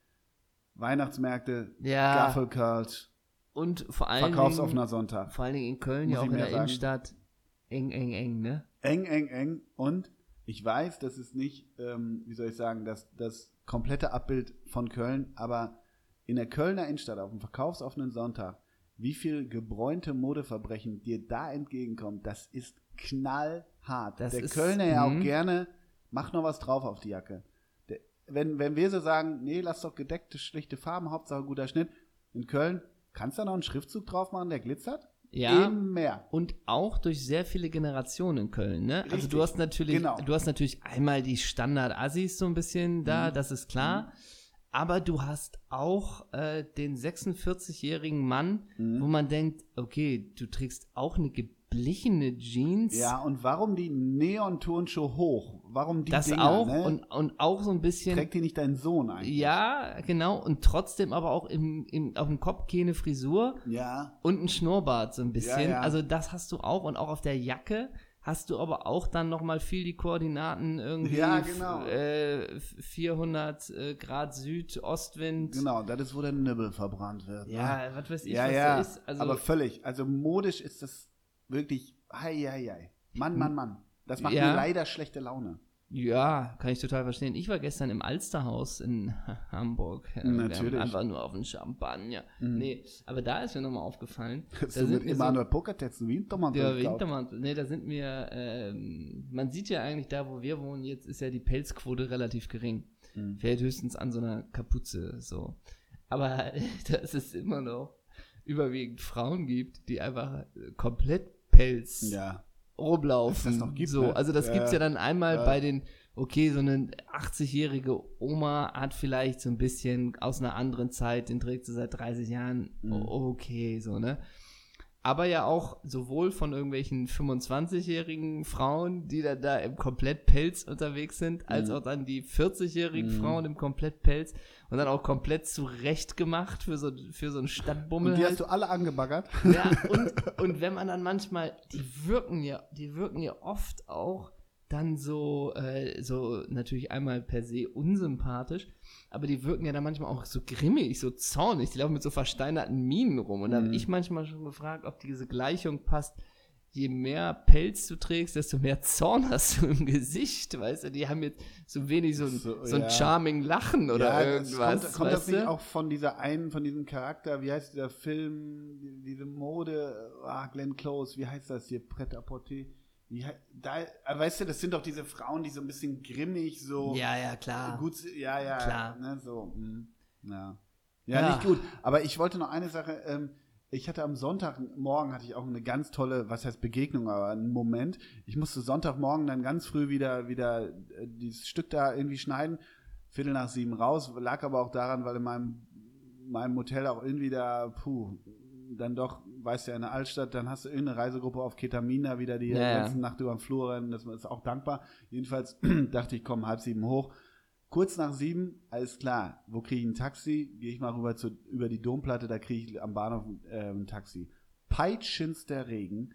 Weihnachtsmärkte, ja. Gaffelkalt, Und vor allen verkaufsoffener Dingen, Sonntag. vor allen Dingen in Köln, Muss ja auch ich in mehr der sagen? Innenstadt, eng, eng, eng, ne? Eng, eng, eng. Und ich weiß, das ist nicht, ähm, wie soll ich sagen, das, das komplette Abbild von Köln, aber in der Kölner Innenstadt auf dem verkaufsoffenen Sonntag, wie viel gebräunte Modeverbrechen dir da entgegenkommt, das ist knallhart. Das der ist- Kölner ja auch mhm. gerne, mach noch was drauf auf die Jacke. Der, wenn, wenn wir so sagen, nee, lass doch gedeckte, schlichte Farben, Hauptsache guter Schnitt. In Köln, kannst du da noch einen Schriftzug drauf machen, der glitzert? Ja. Immer. Und auch durch sehr viele Generationen in Köln, ne? Also Richtig, du hast natürlich, genau. du hast natürlich einmal die Standard-Assis so ein bisschen da, Mhm. das ist klar. Aber du hast auch äh, den sechsundvierzigjährigen Mann, Mhm. wo man denkt, okay, du trägst auch eine geblichene Jeans. Ja, und warum die Neon-Turnschuhe hoch? Warum die das Dinger, auch ne? und, und auch so ein bisschen. Trägt die nicht dein Sohn eigentlich? Ja, genau. Und trotzdem aber auch im, im, auf dem Kopf keine Frisur Ja. und ein Schnurrbart so ein bisschen. Ja, ja. Also das hast du auch. Und auch auf der Jacke hast du aber auch dann nochmal viel die Koordinaten irgendwie. Ja, genau. f- Äh, vierhundert äh, Grad Süd, Ostwind. Genau, das ist, wo der Nibbel verbrannt wird. Ja, was weiß ich, ja, was ja. da ist. Also, aber völlig. Also modisch ist das wirklich, hei, hei, hei. Mann, Mann, Mann. Das macht Ja. mir leider schlechte Laune. ja, kann ich total verstehen. Ich war gestern im Alsterhaus in Hamburg. Ja, Wir Natürlich. haben einfach nur auf den Champagner. Mhm. Nee, aber da ist mir nochmal aufgefallen. Hast da du sind mit mir so- Emanuel Pokertetzen Wintermantel Der gekauft? Wintermantel, nee, da sind wir, ähm, man sieht ja eigentlich da, wo wir wohnen, jetzt ist ja die Pelzquote relativ gering. Mhm. Fällt höchstens an so einer Kapuze, so. Aber dass es immer noch überwiegend Frauen gibt, die einfach äh, komplett Pelz Ja. rumlaufen. Dass das noch gibt, so, ne? also das Ja. gibt's ja dann einmal Ja. bei den, okay, so eine achtzigjährige Oma hat vielleicht so ein bisschen aus einer anderen Zeit, den trägt sie seit dreißig Jahren, Mhm. o- okay, so, ne? Aber ja auch sowohl von irgendwelchen fünfundzwanzigjährigen Frauen, die dann da im Komplettpelz unterwegs sind, als Mhm. auch dann die vierzigjährigen Mhm. Frauen im Komplettpelz und dann auch komplett zurecht gemacht für so, für so einen Stadtbummel. Und die halt. hast du alle angebaggert? Ja, und, und wenn man dann manchmal, die wirken ja, die wirken ja oft auch dann so, äh, so natürlich einmal per se unsympathisch, aber die wirken ja dann manchmal auch so grimmig, so zornig, die laufen mit so versteinerten Minen rum. Und da habe Mhm. ich manchmal schon gefragt, ob diese Gleichung passt. Je mehr Pelz du trägst, desto mehr Zorn hast du im Gesicht, weißt du? Die haben jetzt so wenig so ein, So, so ein ja. charming Lachen oder ja, irgendwas. Das kommt kommt das weißt nicht du? auch von dieser einen, von diesem Charakter, wie heißt dieser Film, die- diese Mode, ah, Glenn Close, wie heißt das hier, Pret-à-Porter? Wie hei- Da, ah, weißt du, das sind doch diese Frauen, die so ein bisschen grimmig, so Ja, ja, klar. gut, ja, ja, Klar. Ne, so, mm, ja. ja. Ja. nicht gut. Aber ich wollte noch eine Sache, ähm, ich hatte am Sonntagmorgen hatte ich auch eine ganz tolle, was heißt Begegnung, aber einen Moment. Ich musste Sonntagmorgen dann ganz früh wieder, wieder äh, dieses Stück da irgendwie schneiden. Viertel nach sieben raus, lag aber auch daran, weil in meinem, meinem Hotel auch irgendwie da, puh, dann doch, weißt du ja, in der Altstadt, dann hast du irgendeine Reisegruppe auf Ketamin da wieder, die Ja, ja. letzte Nacht über den Flur rennen, das ist auch dankbar. Jedenfalls dachte ich, komm, halb sieben hoch. Kurz nach sieben, alles klar, wo kriege ich ein Taxi? Gehe ich mal rüber zu, über die Domplatte, da kriege ich am Bahnhof äh, ein Taxi. Peitschendster Regen,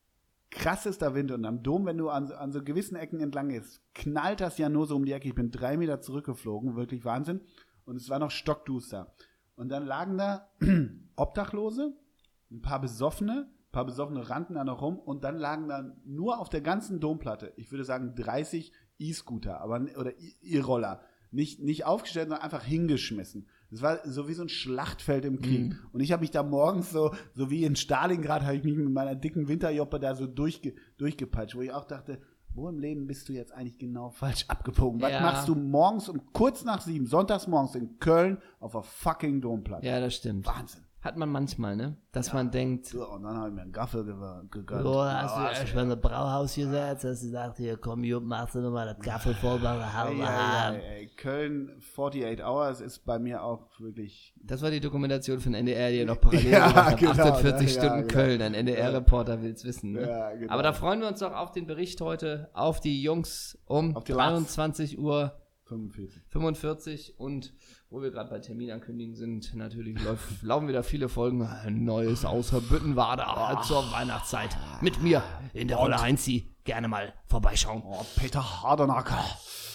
krassester Wind und am Dom, wenn du an, an so gewissen Ecken entlang gehst, knallt das ja nur so um die Ecke. Ich bin drei Meter zurückgeflogen, wirklich Wahnsinn. Und es war noch stockduster. Und dann lagen da Obdachlose, ein paar Besoffene paar Besoffene rannten da noch rum und dann lagen dann nur auf der ganzen Domplatte, ich würde sagen dreißig E-Scooter aber, oder E-Roller. Nicht, nicht aufgestellt, sondern einfach hingeschmissen. Das war so wie so ein Schlachtfeld im Krieg. Mhm. Und ich habe mich da morgens so, so wie in Stalingrad, habe ich mich mit meiner dicken Winterjoppe da so durchge, durchgepeitscht, wo ich auch dachte, wo im Leben bist du jetzt eigentlich genau falsch abgebogen? Was ja. machst du morgens um kurz nach sieben, sonntags morgens in Köln auf der fucking Domplatte? Ja, das stimmt. Wahnsinn. Hat man manchmal, ne? Dass ja. man denkt. So, und dann habe ich mir einen Gaffel gegönnt. So, hast du erstmal eine Brauhaus gesetzt, hast du gesagt, hier komm, Jupp, machst du nochmal das Gaffel voll bei der Haube haben. Köln achtundvierzig Hours ist bei mir auch wirklich. Das war die Dokumentation von N D R, die er noch parallel ja, gemacht hat. Genau, achtundvierzig ja, Stunden genau. Köln, ein N D R-Reporter will's wissen. Ne? Ja, genau. Aber da freuen wir uns doch auf den Bericht heute, auf die Jungs um dreiundzwanzig Uhr fünfundvierzig und wo wir gerade bei Terminankündigen sind, natürlich läuft, laufen wieder viele Folgen Neues außer Büttenwader oh. zur Weihnachtszeit. Mit mir in der Rolle Heinzi. Gerne mal vorbeischauen. Oh, Peter Hardenacker.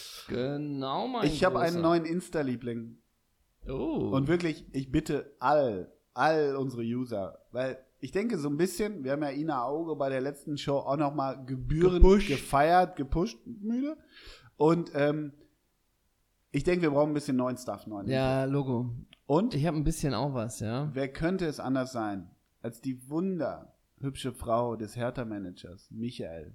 Genau, mein Ich habe einen neuen Insta-Liebling. Oh. Und wirklich, ich bitte all, all unsere User, weil ich denke so ein bisschen, wir haben ja Ina Auge bei der letzten Show auch nochmal gebührend gepusht. gefeiert, gepusht, müde. Und ähm, ich denke, wir brauchen ein bisschen neuen Stuff. Neuen ja, Logo. Und? Ich habe ein bisschen auch was, ja. Wer könnte es anders sein, als die wunderhübsche Frau des Hertha-Managers, Michael,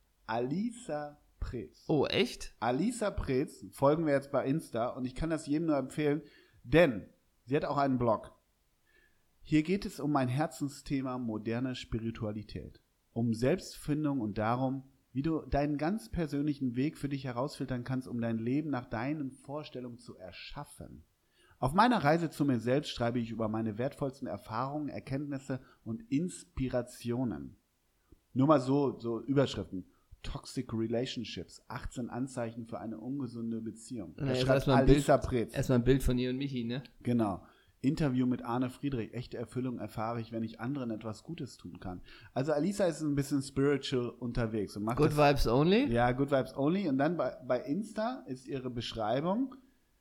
Alisa Preetz. Oh, echt? Alisa Preetz folgen wir jetzt bei Insta und ich kann das jedem nur empfehlen, denn sie hat auch einen Blog. Hier geht es um mein Herzensthema moderne Spiritualität, um Selbstfindung und darum, wie du deinen ganz persönlichen Weg für dich herausfiltern kannst, um dein Leben nach deinen Vorstellungen zu erschaffen. Auf meiner Reise zu mir selbst schreibe ich über meine wertvollsten Erfahrungen, Erkenntnisse und Inspirationen. Nur mal so, so Überschriften. Toxic Relationships, achtzehn Anzeichen für eine ungesunde Beziehung. Da ja, schreibt Alisa Preetz. Erstmal ein Bild von ihr und Michi, ne? Genau. Interview mit Arne Friedrich. Echte Erfüllung erfahre ich, wenn ich anderen etwas Gutes tun kann. Also Alisa ist ein bisschen spiritual unterwegs. Und macht Good das, Vibes Only? Ja, Good Vibes Only. Und dann bei, bei Insta ist ihre Beschreibung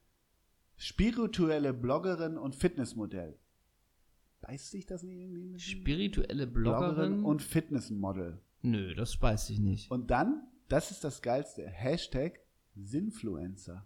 spirituelle Bloggerin und Fitnessmodell. Beißt sich das nicht irgendwie? Spirituelle Bloggerin? Bloggerin und Fitnessmodel. Nö, das beißt sich nicht. Und dann, das ist das Geilste, Hashtag Sinfluencer.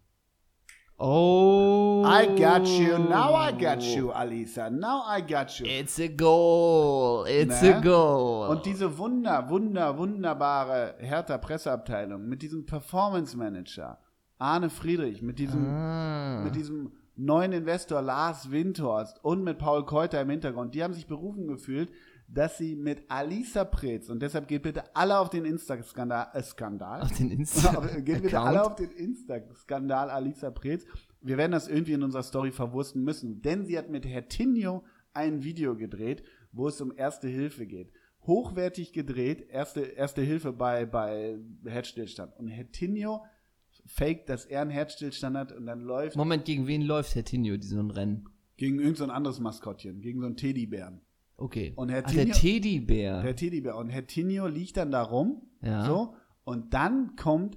Oh. I got you, now I got you, Alisa, now I got you. It's a goal, it's ne? a goal. Und diese wunder, wunder, wunderbare Hertha-Presseabteilung mit diesem Performance-Manager, Arne Friedrich, mit diesem, ah. mit diesem neuen Investor Lars Windhorst und mit Paul Keuter im Hintergrund, die haben sich berufen gefühlt, dass sie mit Alisa Preetz, und deshalb geht bitte alle auf den Insta-Skandal, äh, Skandal, auf den Insta geht bitte alle auf den Insta-Skandal Alisa Preetz. Wir werden das irgendwie in unserer Story verwursten müssen, denn sie hat mit Hertinho ein Video gedreht, wo es um Erste Hilfe geht. Hochwertig gedreht, Erste, Erste Hilfe bei, bei Herzstillstand. Und Hertinho faked, dass er einen Herzstillstand hat und dann läuft... Moment, gegen wen läuft Hertinho, die so ein Rennen? Gegen irgend so ein anderes Maskottchen, gegen so einen Teddybären. Okay. Und Herr Ach, Tinio, der Teddybär. Der Teddybär. Und Hertinho liegt dann da rum. Ja. So. Und dann kommt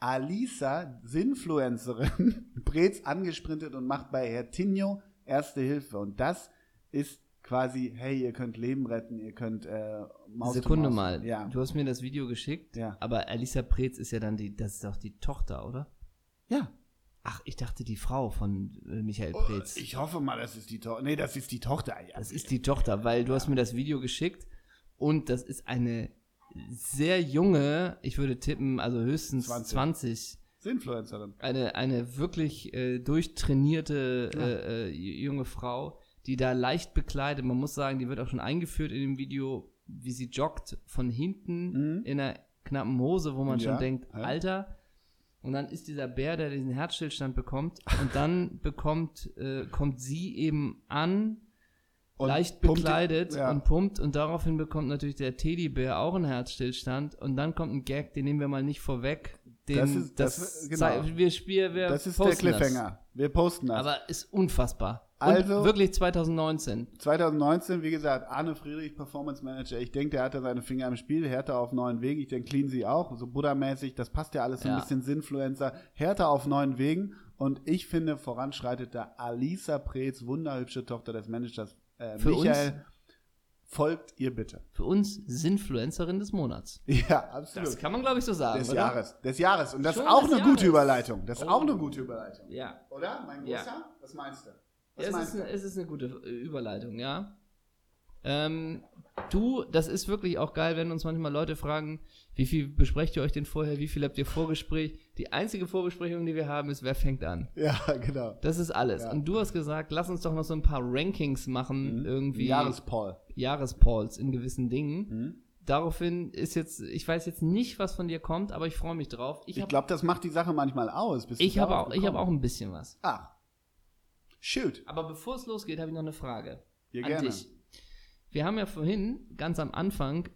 Alisa, Sinfluencerin, Preetz angesprintet und macht bei Hertinho Erste Hilfe. Und das ist quasi, hey, ihr könnt Leben retten, ihr könnt äh, Maus Sekunde Maus. mal. Ja. Du hast mir das Video geschickt, Ja. aber Alisa Preetz ist ja dann die, das ist doch die Tochter, oder? Ja. Ach, ich dachte die Frau von äh, Michael Oh, Preetz. ich hoffe mal, das ist die Tochter. Nee, das ist die Tochter. Ja. Das ist die Tochter, weil du hast mir das Video geschickt und das ist eine sehr junge, ich würde tippen, also höchstens zwanzig. zwanzig. Sinfluencerin. Eine, eine wirklich äh, durchtrainierte Ja. äh, äh, junge Frau, die da leicht bekleidet, man muss sagen, die wird auch schon eingeführt in dem Video, wie sie joggt von hinten Mhm. in einer knappen Hose, wo man Ja, schon denkt, ja. Alter. Und dann ist dieser Bär, der diesen Herzstillstand bekommt. Und dann bekommt, äh, kommt sie eben an, Und leicht pumpt- bekleidet ja. und pumpt. Und daraufhin bekommt natürlich der Teddybär auch einen Herzstillstand. Und dann kommt ein Gag, den nehmen wir mal nicht vorweg. Den, Das ist- das- das genau. sei- wir spielen, wir Das ist der posten Cliffhanger. Wir posten das. Das. Aber ist unfassbar. Und Also- wirklich zwanzig neunzehn. zwanzig neunzehn, wie gesagt, Arne Friedrich, Performance Manager. Ich denke, der hatte seine Finger im Spiel. Hertha auf neuen Wegen. Ich denke, Clean sie auch. So Buddha-mäßig. Das passt ja alles so ein Ja. bisschen Sinfluencer. Hertha auf neuen Wegen. Und ich finde, voranschreitet da Alisa Preetz, wunderhübsche Tochter des Managers äh, Für Michael. uns? folgt ihr bitte. Für uns Sinfluencerin des Monats. Ja, absolut. Das kann man, glaube ich, so sagen, Des oder? Jahres. Des Jahres. Und das Schon ist auch des eine Jahres. gute Überleitung. Das ist Oh. auch eine gute Überleitung. Ja. Oder, mein Ja. Großer? Was meinst du? Was Ja, es, meinst ist du? eine, es ist eine gute äh, Überleitung, ja. Ähm, du, das ist wirklich auch geil, wenn uns manchmal Leute fragen, wie viel besprecht ihr euch denn vorher, wie viel habt ihr Vorgespräch? Die einzige Vorbesprechung, die wir haben, ist, wer fängt an? Ja, genau. Das ist alles. Ja. Und du hast gesagt, lass uns doch noch so ein paar Rankings machen, irgendwie. Jahrespaul. Jahrespauls in gewissen Dingen. Mhm. Daraufhin ist jetzt, ich weiß jetzt nicht, was von dir kommt, aber ich freue mich drauf. Ich Ich habe glaube, das macht die Sache manchmal aus. Bist du ich hab darauf auch, ich hab gekommen? auch ein bisschen was. Ach. Shoot. Aber bevor es losgeht, habe ich noch eine Frage Ja, an gerne. dich. Wir haben ja vorhin, ganz am Anfang,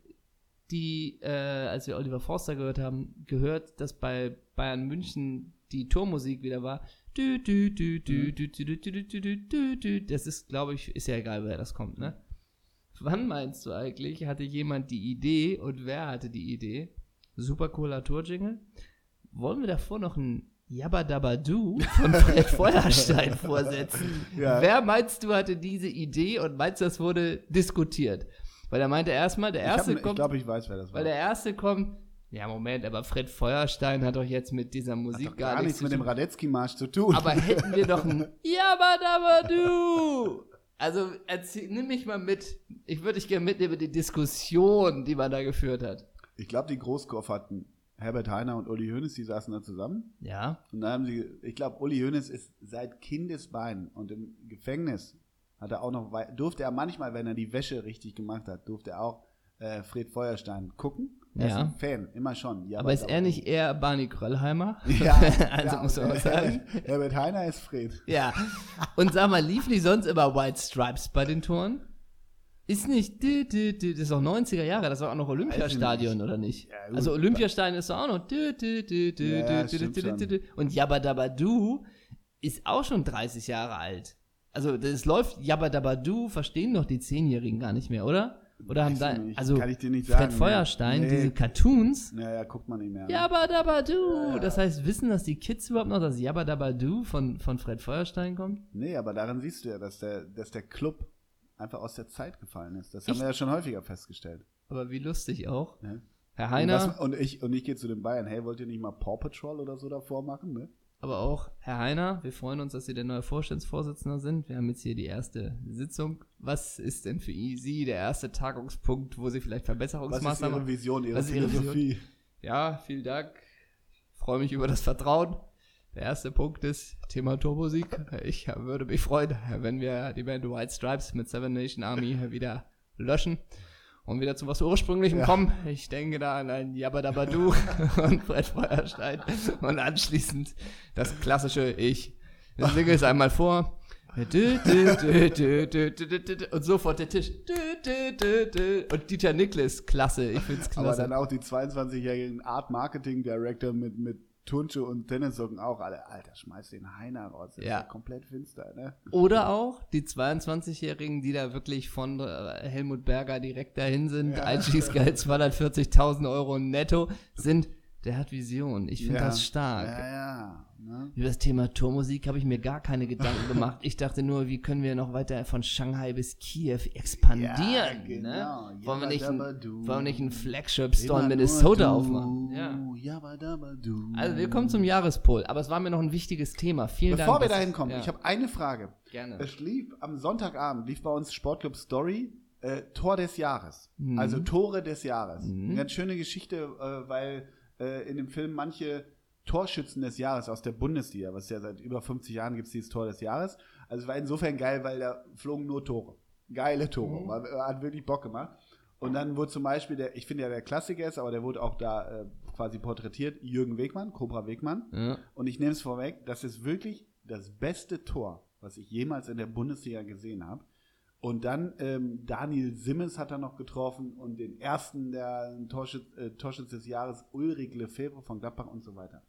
die, äh, als wir Oliver Forster gehört haben, gehört, dass bei Bayern München die Tormusik wieder war. Du, du, du, du, du, du, du, du, du, du, du, du. Das ist, glaube ich, ist ja egal, wer das kommt, ne? Wann meinst du eigentlich, hatte jemand die Idee und wer hatte die Idee? Super cooler Tour-Jingle. Wollen wir davor noch ein Jabba Dabba Du von Fred Feuerstein vorsetzen? Ja. Wer meinst du hatte diese Idee und meinst du, das wurde diskutiert? Weil er meinte erstmal, der Ich, hab erste ne- ich kommt, glaube, ich weiß, wer das war. weil der erste kommt, ja Moment, aber Fred Feuerstein hat doch jetzt mit dieser Hat Musik doch gar, gar nichts nichts mit zu dem tun. Radetzky-Marsch zu tun. Aber hätten wir doch ein Jabba Dabba Du! Also erzähl, nimm mich mal mit. Ich würde dich gerne mitnehmen über die Diskussion, die man da geführt hat. Ich glaube, die Großkopf hatten Herbert Heiner und Uli Hoeneß, die saßen da zusammen. Ja. Und da haben sie, ich glaube, Uli Hoeneß ist seit Kindesbeinen und im Gefängnis hat er auch noch, wei- durfte er manchmal, wenn er die Wäsche richtig gemacht hat, durfte er auch äh, Fred Feuerstein gucken. Er ist Ja. ein Fan, immer schon. Ja, Aber ist er nicht eher Barney Kröllheimer? Ja, also ja, muss man und, auch sagen. Herbert Heiner ist Fred. Ja. Und sag mal, liefen die sonst immer White Stripes bei den Toren? Ist nicht, dü, dü, dü, das ist auch neunziger Jahre, das war auch noch Olympiastadion, Weiß ich oder nicht? Ja, gut. Also Olympiastadion ist doch auch noch dü, dü, dü, dü, Ja, dü, dü, stimmt dü, dü, schon. dü, dü. Und Jabba Dabba Du ist auch schon dreißig Jahre alt. Also das läuft Jabba Dabba Du, verstehen doch die Zehnjährigen gar nicht mehr, oder? Oder haben Weiß da, ich nicht, also kann ich dir nicht Fred sagen, Feuerstein, nee. diese Cartoons, Naja, guckt man nicht mehr. ne? Jabba Dabba Du. Ja, ja. Das heißt, wissen das die Kids überhaupt noch, dass Jabba Dabba Du von, von Fred Feuerstein kommt? Nee, aber daran siehst du ja, dass der, dass der Club einfach aus der Zeit gefallen ist. Das haben Echt? wir ja schon häufiger festgestellt. Aber wie lustig auch. Ne? Herr Und, Heiner, was, und ich, und ich gehe zu den Bayern, hey, wollt ihr nicht mal Paw Patrol oder so davor machen, ne? aber auch Herr Heiner, wir freuen uns, dass Sie der neue Vorstandsvorsitzende sind. Wir haben jetzt hier die erste Sitzung. Was ist denn für Sie der erste Tagungspunkt, wo Sie vielleicht Was ist Verbesserungsmaßnahmen Ihre Vision, Ihre Was ist Ihre Philosophie? Ja, vielen Dank. Ich freue mich über das Vertrauen. Der erste Punkt ist Thema Tormusik. Ich würde mich freuen, wenn wir die Band White Stripes mit Seven Nation Army wieder löschen und wieder zu was Ursprünglichem Ja. kommen. Ich denke da an ein Jabba Dabba Du und Fred Feuerstein und anschließend das klassische Ich. Ich singe es einmal vor. Dü, dü, dü, dü, dü, dü, dü, dü, und sofort der Tisch. Dü, dü, dü, dü. Und Dieter Niklas, klasse. Ich find's Aber klasse. dann auch die zweiundzwanzigjährigen Art Marketing Director mit, mit Turnschuhe und Tennissocken auch alle. Alter, schmeiß den Heiner raus. Das Ja. ist ja komplett finster, ne? Oder auch die zweiundzwanzigjährigen, die da wirklich von äh, Helmut Berger direkt dahin sind. Ja. Einstiegsgehalt zweihundertvierzigtausend Euro netto sind. Der hat Vision. Ich finde Ja. das stark. Ja, ja. Ne? Über das Thema Tormusik habe ich mir gar keine Gedanken gemacht. Ich dachte nur, wie können wir noch weiter von Shanghai bis Kiew expandieren? Ja, ne? genau. Wollen, wir nicht Jabba ein, Dabba Du. wollen wir nicht einen Flagship-Store in Immer Minnesota nur aufmachen? du, Ja. Jabba Dabba Du. Also wir kommen zum Jahrespol. Aber es war mir noch ein wichtiges Thema. Vielen Bevor Dank. wir dass- dahin kommen, ja, ich habe eine Frage. gerne. Es lief am Sonntagabend, lief bei uns Sportclub Story, äh, Tor des Jahres. Mhm. Also Tore des Jahres. Mhm. Eine ganz schöne Geschichte, äh, weil äh, in dem Film manche Torschützen des Jahres aus der Bundesliga, was ja seit über fünfzig Jahren gibt es dieses Tor des Jahres. Also es war insofern geil, weil da flogen nur Tore. Geile Tore. Mhm. War, hat wirklich Bock gemacht. Und dann wurde zum Beispiel, der, ich finde ja der Klassiker ist, aber der wurde auch da äh, quasi porträtiert, Jürgen Wegmann, Cobra Wegmann. Ja. Und ich nehme es vorweg, das ist wirklich das beste Tor, was ich jemals in der Bundesliga gesehen habe. Und dann ähm, Daniel Simmes hat er noch getroffen und den ersten der Torschütz, äh, Torschütz des Jahres, Ulrich Lefebvre von Gladbach und so weiter.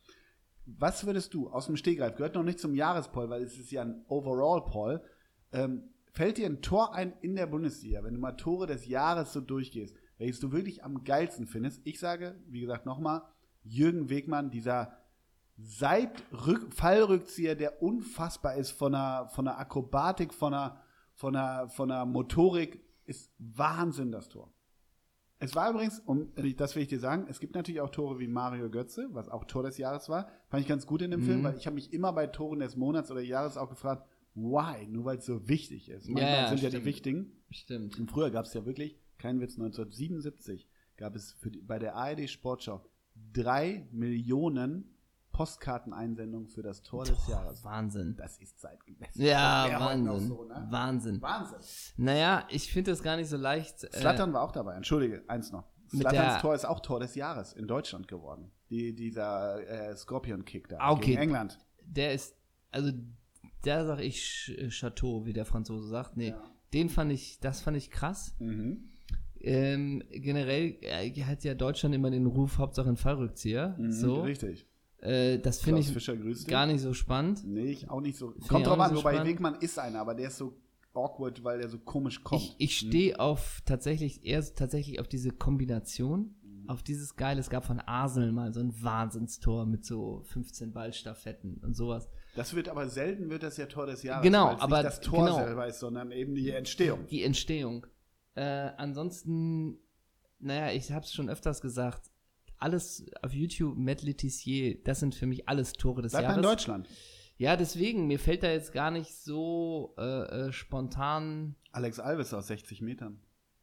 Was würdest du aus dem Stegreif, gehört noch nicht zum Jahrespoll, weil es ist ja ein Overall-Poll, ähm, fällt dir ein Tor ein in der Bundesliga, wenn du mal Tore des Jahres so durchgehst, welches du wirklich am geilsten findest? Ich sage, wie gesagt, nochmal, Jürgen Wegmann, dieser Seit-Fallrückzieher, der unfassbar ist von der, von der Akrobatik, von der, von der, von der Motorik, ist Wahnsinn, das Tor. Es war übrigens, um, das will ich dir sagen, es gibt natürlich auch Tore wie Mario Götze, was auch Tor des Jahres war. Fand ich ganz gut in dem Mhm. Film, weil ich habe mich immer bei Toren des Monats oder Jahres auch gefragt, why? Nur weil es so wichtig ist. Manchmal Ja, ja, sind ja stimmt. die wichtigen. Stimmt. Und früher gab es ja wirklich, kein Witz, neunzehnhundertsiebenundsiebzig gab es für die, bei der A R D Sportschau drei Millionen Postkarteneinsendungen für das Tor des Jahres. Wahnsinn. Das ist zeitgemäß. Ja, Das wär heute noch Wahnsinn. so, ne? Wahnsinn. Wahnsinn. Naja, ich finde das gar nicht so leicht. äh, Zlatan war auch dabei, entschuldige, eins noch. Mit Zlatans der- Tor ist auch Tor des Jahres in Deutschland geworden. Die, dieser äh, Scorpion-Kick da Ah, okay. gegen England. Der ist, also, der sag ich Ch- Chateau, wie der Franzose sagt. Nee, Ja. den fand ich, das fand ich krass. Mhm. Ähm, generell äh, hat ja Deutschland immer den Ruf, Hauptsache ein Fallrückzieher. Mhm, so. Richtig. Äh, das finde Klaus ich Fischer, grüß dich. gar nicht so spannend. Nee, ich auch nicht so. ich Kommt auch drauf nicht an, so wobei spannend. Wegmann ist einer, aber der ist so awkward, weil der so komisch kommt. Ich, ich stehe auf tatsächlich eher tatsächlich auf diese Kombination, Mhm. auf dieses Geile. Es gab von Arsenal mal so ein Wahnsinnstor mit so fünfzehn Ballstaffetten und sowas. Das wird aber selten, wird das ja Tor des Jahres, Genau, weil es aber nicht das Tor genau. selber ist, sondern eben die Entstehung. Die Entstehung. Äh, ansonsten, naja, ich habe es schon öfters gesagt, alles auf YouTube, Matt Letizier, das sind für mich alles Tore des Bleib mal Jahres. in Deutschland. Ja, deswegen, mir fällt da jetzt gar nicht so äh, äh, spontan. Alex Alves aus sechzig Metern.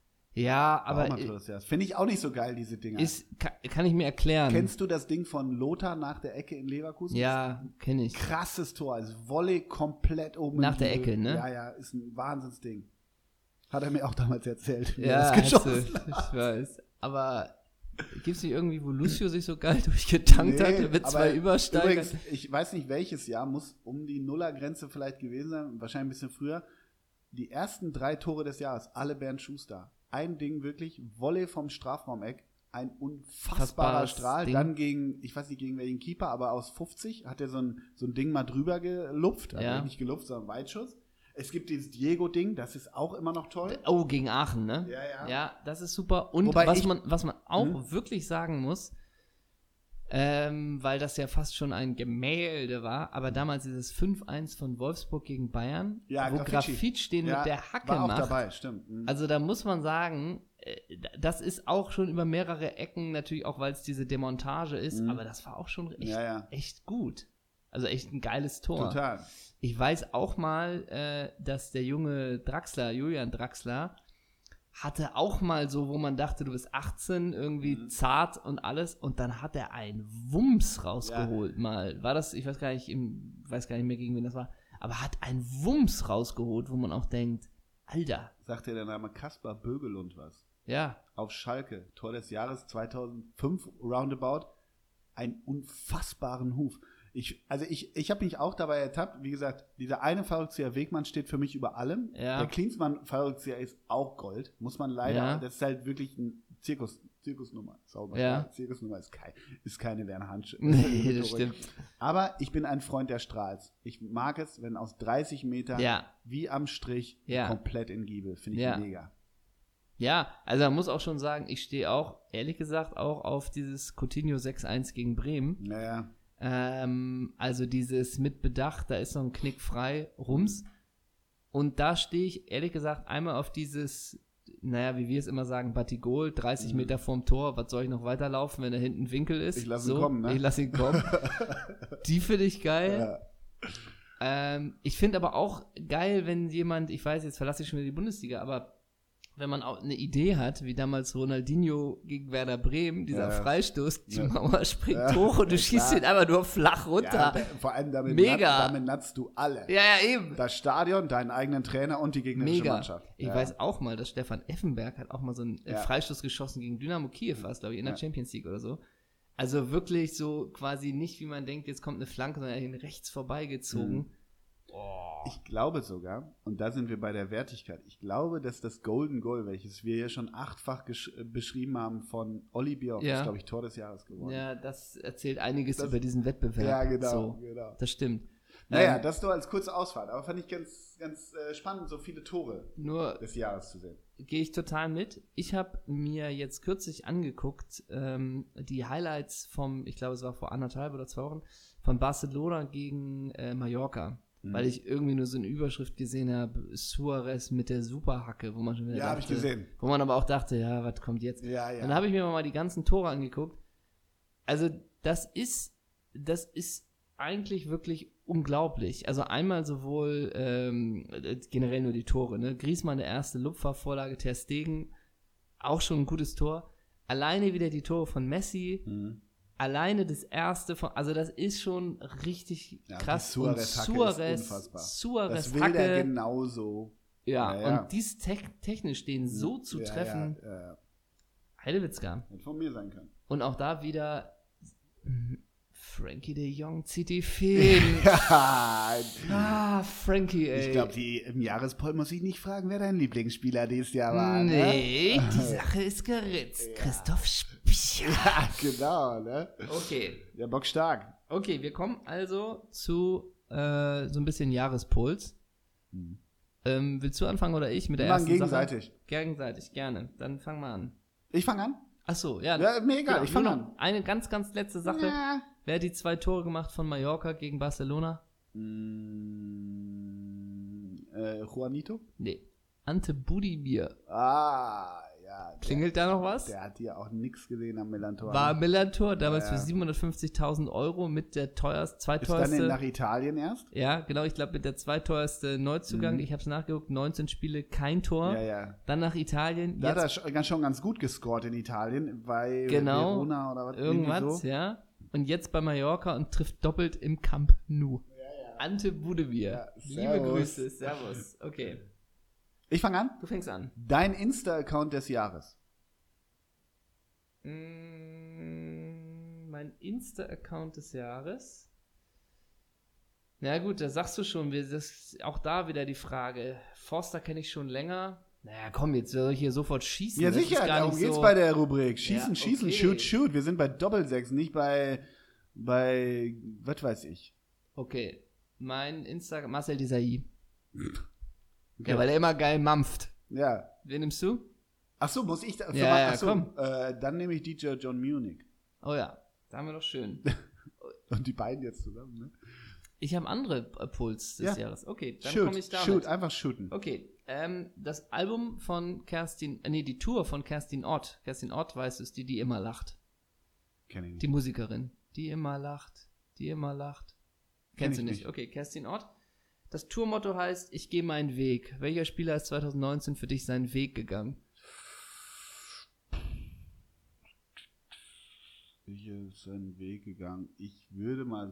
Ja, War aber auch mal Tor des Jahres. Finde ich auch nicht so geil, diese Dinger. ist, kann, kann ich mir erklären. Kennst du das Ding von Lothar nach der Ecke in Leverkusen? Ja, kenne ich. Krasses Tor, also Volley komplett oben. Nach im der Giebel. Ecke, ne? Ja, ja, ist ein Wahnsinnsding. Hat er mir auch damals erzählt. wie er Ja, das hast du, geschossen hat. ich weiß. Aber gibt es nicht irgendwie, wo Lucio sich so geil durchgetankt Nee, hat mit aber zwei Übersteigern? Übrigens, ich weiß nicht welches Jahr, muss um die Nullergrenze vielleicht gewesen sein, wahrscheinlich ein bisschen früher. Die ersten drei Tore des Jahres, alle Bernd Schuster. Ein Ding wirklich, Volley vom Strafraumeck, ein unfassbarer Fassbares Strahl. Ding. Dann gegen, ich weiß nicht gegen welchen Keeper, aber aus fünfzig hat er so ein, so ein Ding mal drüber gelupft. Also Ja. nicht gelupft, sondern Weitschuss. Es gibt dieses Diego-Ding, das ist auch immer noch toll. Oh, gegen Aachen, ne? Ja, ja. Ja, das ist super. Und Wobei was ich- man, was man auch Hm? wirklich sagen muss, ähm, weil das ja fast schon ein Gemälde war, aber damals dieses fünf eins von Wolfsburg gegen Bayern, Ja, wo Graffici. Grafit den Ja, mit der Hacke war auch macht. dabei, stimmt. Mhm. Also da muss man sagen, äh, das ist auch schon über mehrere Ecken, natürlich auch, weil es diese Demontage ist, Mhm. aber das war auch schon echt, Ja, ja. echt gut. Also echt ein geiles Tor. Total. Ich weiß auch mal, äh, dass der junge Draxler, Julian Draxler, hatte auch mal so, wo man dachte, du bist achtzehn, irgendwie Mhm. zart und alles, und dann hat er einen Wumms rausgeholt mal. War das, ich weiß gar nicht, im, weiß gar nicht mehr, gegen wen das war, aber hat einen Wumms rausgeholt, wo man auch denkt, Alter, Sagt dir der Name Kaspar Bögelund was? ja, Auf Schalke, Tor des Jahres zweitausendfünf, roundabout, einen unfassbaren Huf. Ich, also ich, ich habe mich auch dabei ertappt, wie gesagt, dieser eine Fallrückzieher Wegmann steht für mich über allem. Ja. Der Klinsmann-Fallrückzieher ist auch Gold, muss man leider, Ja. das ist halt wirklich ein Zirkus, Zirkusnummer. Sauber. Ja. Zirkusnummer ist, kein, ist keine Werner Hansch. nee, das stimmt. Aber ich bin ein Freund der Strahls. Ich mag es, wenn aus dreißig Metern Ja. wie am Strich Ja. komplett in Giebel. Finde ich Ja. mega. Ja, also man muss auch schon sagen, ich stehe auch, ehrlich gesagt, auch auf dieses Coutinho sechs eins gegen Bremen. Naja. Ähm, also dieses mit Bedacht, da ist noch ein Knick frei, Rums. Und da stehe ich, ehrlich gesagt, einmal auf dieses, naja, wie wir es immer sagen, Batigol, dreißig Mhm. Meter vorm Tor, was soll ich noch weiterlaufen, wenn da hinten Winkel ist? Ich lass ihn so, kommen, ne? Ich lass ihn kommen. Die finde ich geil. Ja. Ähm, ich finde aber auch geil, wenn jemand, ich weiß, jetzt verlasse ich schon wieder die Bundesliga, aber wenn man auch eine Idee hat, wie damals Ronaldinho gegen Werder Bremen, dieser Ja. Freistoß, die Ja. Mauer springt Ja. hoch und du Ja, schießt klar. ihn einfach nur flach Ja, runter. da, vor allem damit, Mega. Natzt, damit natzt du alle. Ja, ja, eben. Das Stadion, deinen eigenen Trainer und die gegnerische Mega. Mannschaft. Ich ja. weiß auch mal, dass Stefan Effenberg hat auch mal so einen äh, Ja. Freistoß geschossen gegen Dynamo Kiew, was glaube ich, in der Ja. Champions League oder so. Also wirklich so quasi nicht, wie man denkt, jetzt kommt eine Flanke, sondern ihn rechts vorbeigezogen. Mhm. Ich glaube sogar, und da sind wir bei der Wertigkeit, ich glaube, dass das Golden Goal, welches wir ja schon achtfach gesch- äh, beschrieben haben von Olli Björk, Ja. ist, glaube ich, Tor des Jahres geworden. Ja, das erzählt einiges Das- über diesen Wettbewerb. Ja, genau, So, genau. das stimmt. Naja, Ähm, das nur als kurze Ausfahrt, aber fand ich ganz, ganz äh, spannend, so viele Tore nur des Jahres zu sehen. gehe ich total mit. Ich habe mir jetzt kürzlich angeguckt, ähm, die Highlights vom, ich glaube, es war vor anderthalb oder zwei Wochen, von Barcelona gegen äh, Mallorca. Mhm. weil ich irgendwie nur so eine Überschrift gesehen habe, Suarez mit der Superhacke, wo man schon wieder Ja, habe ich dachte, gesehen. wo man aber auch dachte, ja, was kommt jetzt? Ja, ja. Dann habe ich mir mal die ganzen Tore angeguckt. Also das ist, das ist eigentlich wirklich unglaublich. Also einmal sowohl ähm, generell nur die Tore, ne? Griezmann der erste, Lupfer-Vorlage, Ter Stegen, auch schon ein gutes Tor. Alleine wieder die Tore von Messi, Mhm. alleine das erste von, also das ist schon richtig Ja, krass. die Suarez-Hacke Suarez, ist unfassbar. Suarez Das will Hacke, der genauso. ja, Ja, ja. und dies te- technisch den so zu Ja, treffen, Ja, ja, ja. Heidewitzka. Hätte von mir sein können. Und auch da wieder Frankie de Jong zieht die Fäden. Ja, Ah, Frankie, ey. ich glaube, im Jahrespoll muss ich nicht fragen, wer dein Lieblingsspieler dieses Jahr war. Nee, Ne? die Sache ist geritzt. Ja. Christoph Spiecher. Ja, genau, ne? Okay. Der Bock stark. Okay, wir kommen also zu äh, so ein bisschen Jahrespuls. Hm. Ähm, willst du anfangen oder ich mit der Wir machen ersten gegenseitig. Sache? Gegenseitig, gerne. Dann fang mal an. Ich fange an? Ach so, ja. Ja, mir egal, genau, ich fange nur an. noch Eine ganz, ganz letzte Sache. Ja. Wer hat die zwei Tore gemacht von Mallorca gegen Barcelona? Mm, äh, Juanito? Nee. Ante Budimir. Ah, ja. Der, Klingelt da noch was? Der hat ja auch nichts gesehen am Millantor. War Millantor, damals Ja, ja. für siebenhundertfünfzigtausend Euro mit der teuerst, Ist dann in, zweiteuerste. nach Italien erst? Ja, genau, ich glaube mit der zweiteuerste Neuzugang. Mhm. Ich habe es nachgeguckt, neunzehn Spiele, kein Tor. Ja, ja. Dann nach Italien. Da hat er Jetzt sch- ganz- schon ganz gut gescored in Italien, bei Genau, Verona oder was. irgendwas, irgendwie so. ja. Und jetzt bei Mallorca und trifft doppelt im Camp Nou. Ante Budemir. Ja, Liebe servus. Grüße, servus. Okay, Ich fange an. du fängst an. Dein Insta-Account des Jahres. Mm, Mein Insta-Account des Jahres. Na gut, da sagst du schon, wir, das, auch da wieder die Frage. Forster kenne ich schon länger. Naja, komm, jetzt soll ich hier sofort schießen. Ja, Das ist sicher, gar darum nicht geht's so- bei der Rubrik. Schießen, Ja, schießen, okay. shoot, shoot. Wir sind bei Doppelsechs, nicht bei, bei, was weiß ich. Okay, mein Instagram, Marcel Desailly. Okay. Ja, weil er immer geil mampft. Ja. Wen nimmst du? Ach so, muss ich da, Ja, ja, ach so, komm. Äh, dann nehme ich D J John Munich. Oh ja, da haben wir doch schön. Und die beiden jetzt zusammen, ne? Ich habe andere äh, Puls des Ja. Jahres. Okay, dann Shoot, komme ich damit. shoot, einfach shooten. Okay, ähm, das Album von Kerstin, äh, nee, die Tour von Kerstin Ott. Kerstin Ott, weißt du, ist die, die immer lacht. Kenn ich nicht. Die Musikerin. Die immer lacht, die immer lacht. Kenn Kennst du ich nicht? nicht. Okay, Kerstin Ott. Das Tourmotto heißt, ich gehe meinen Weg. Welcher Spieler ist zwanzig neunzehn für dich seinen Weg gegangen? Ich ist seinen Weg gegangen. Ich würde mal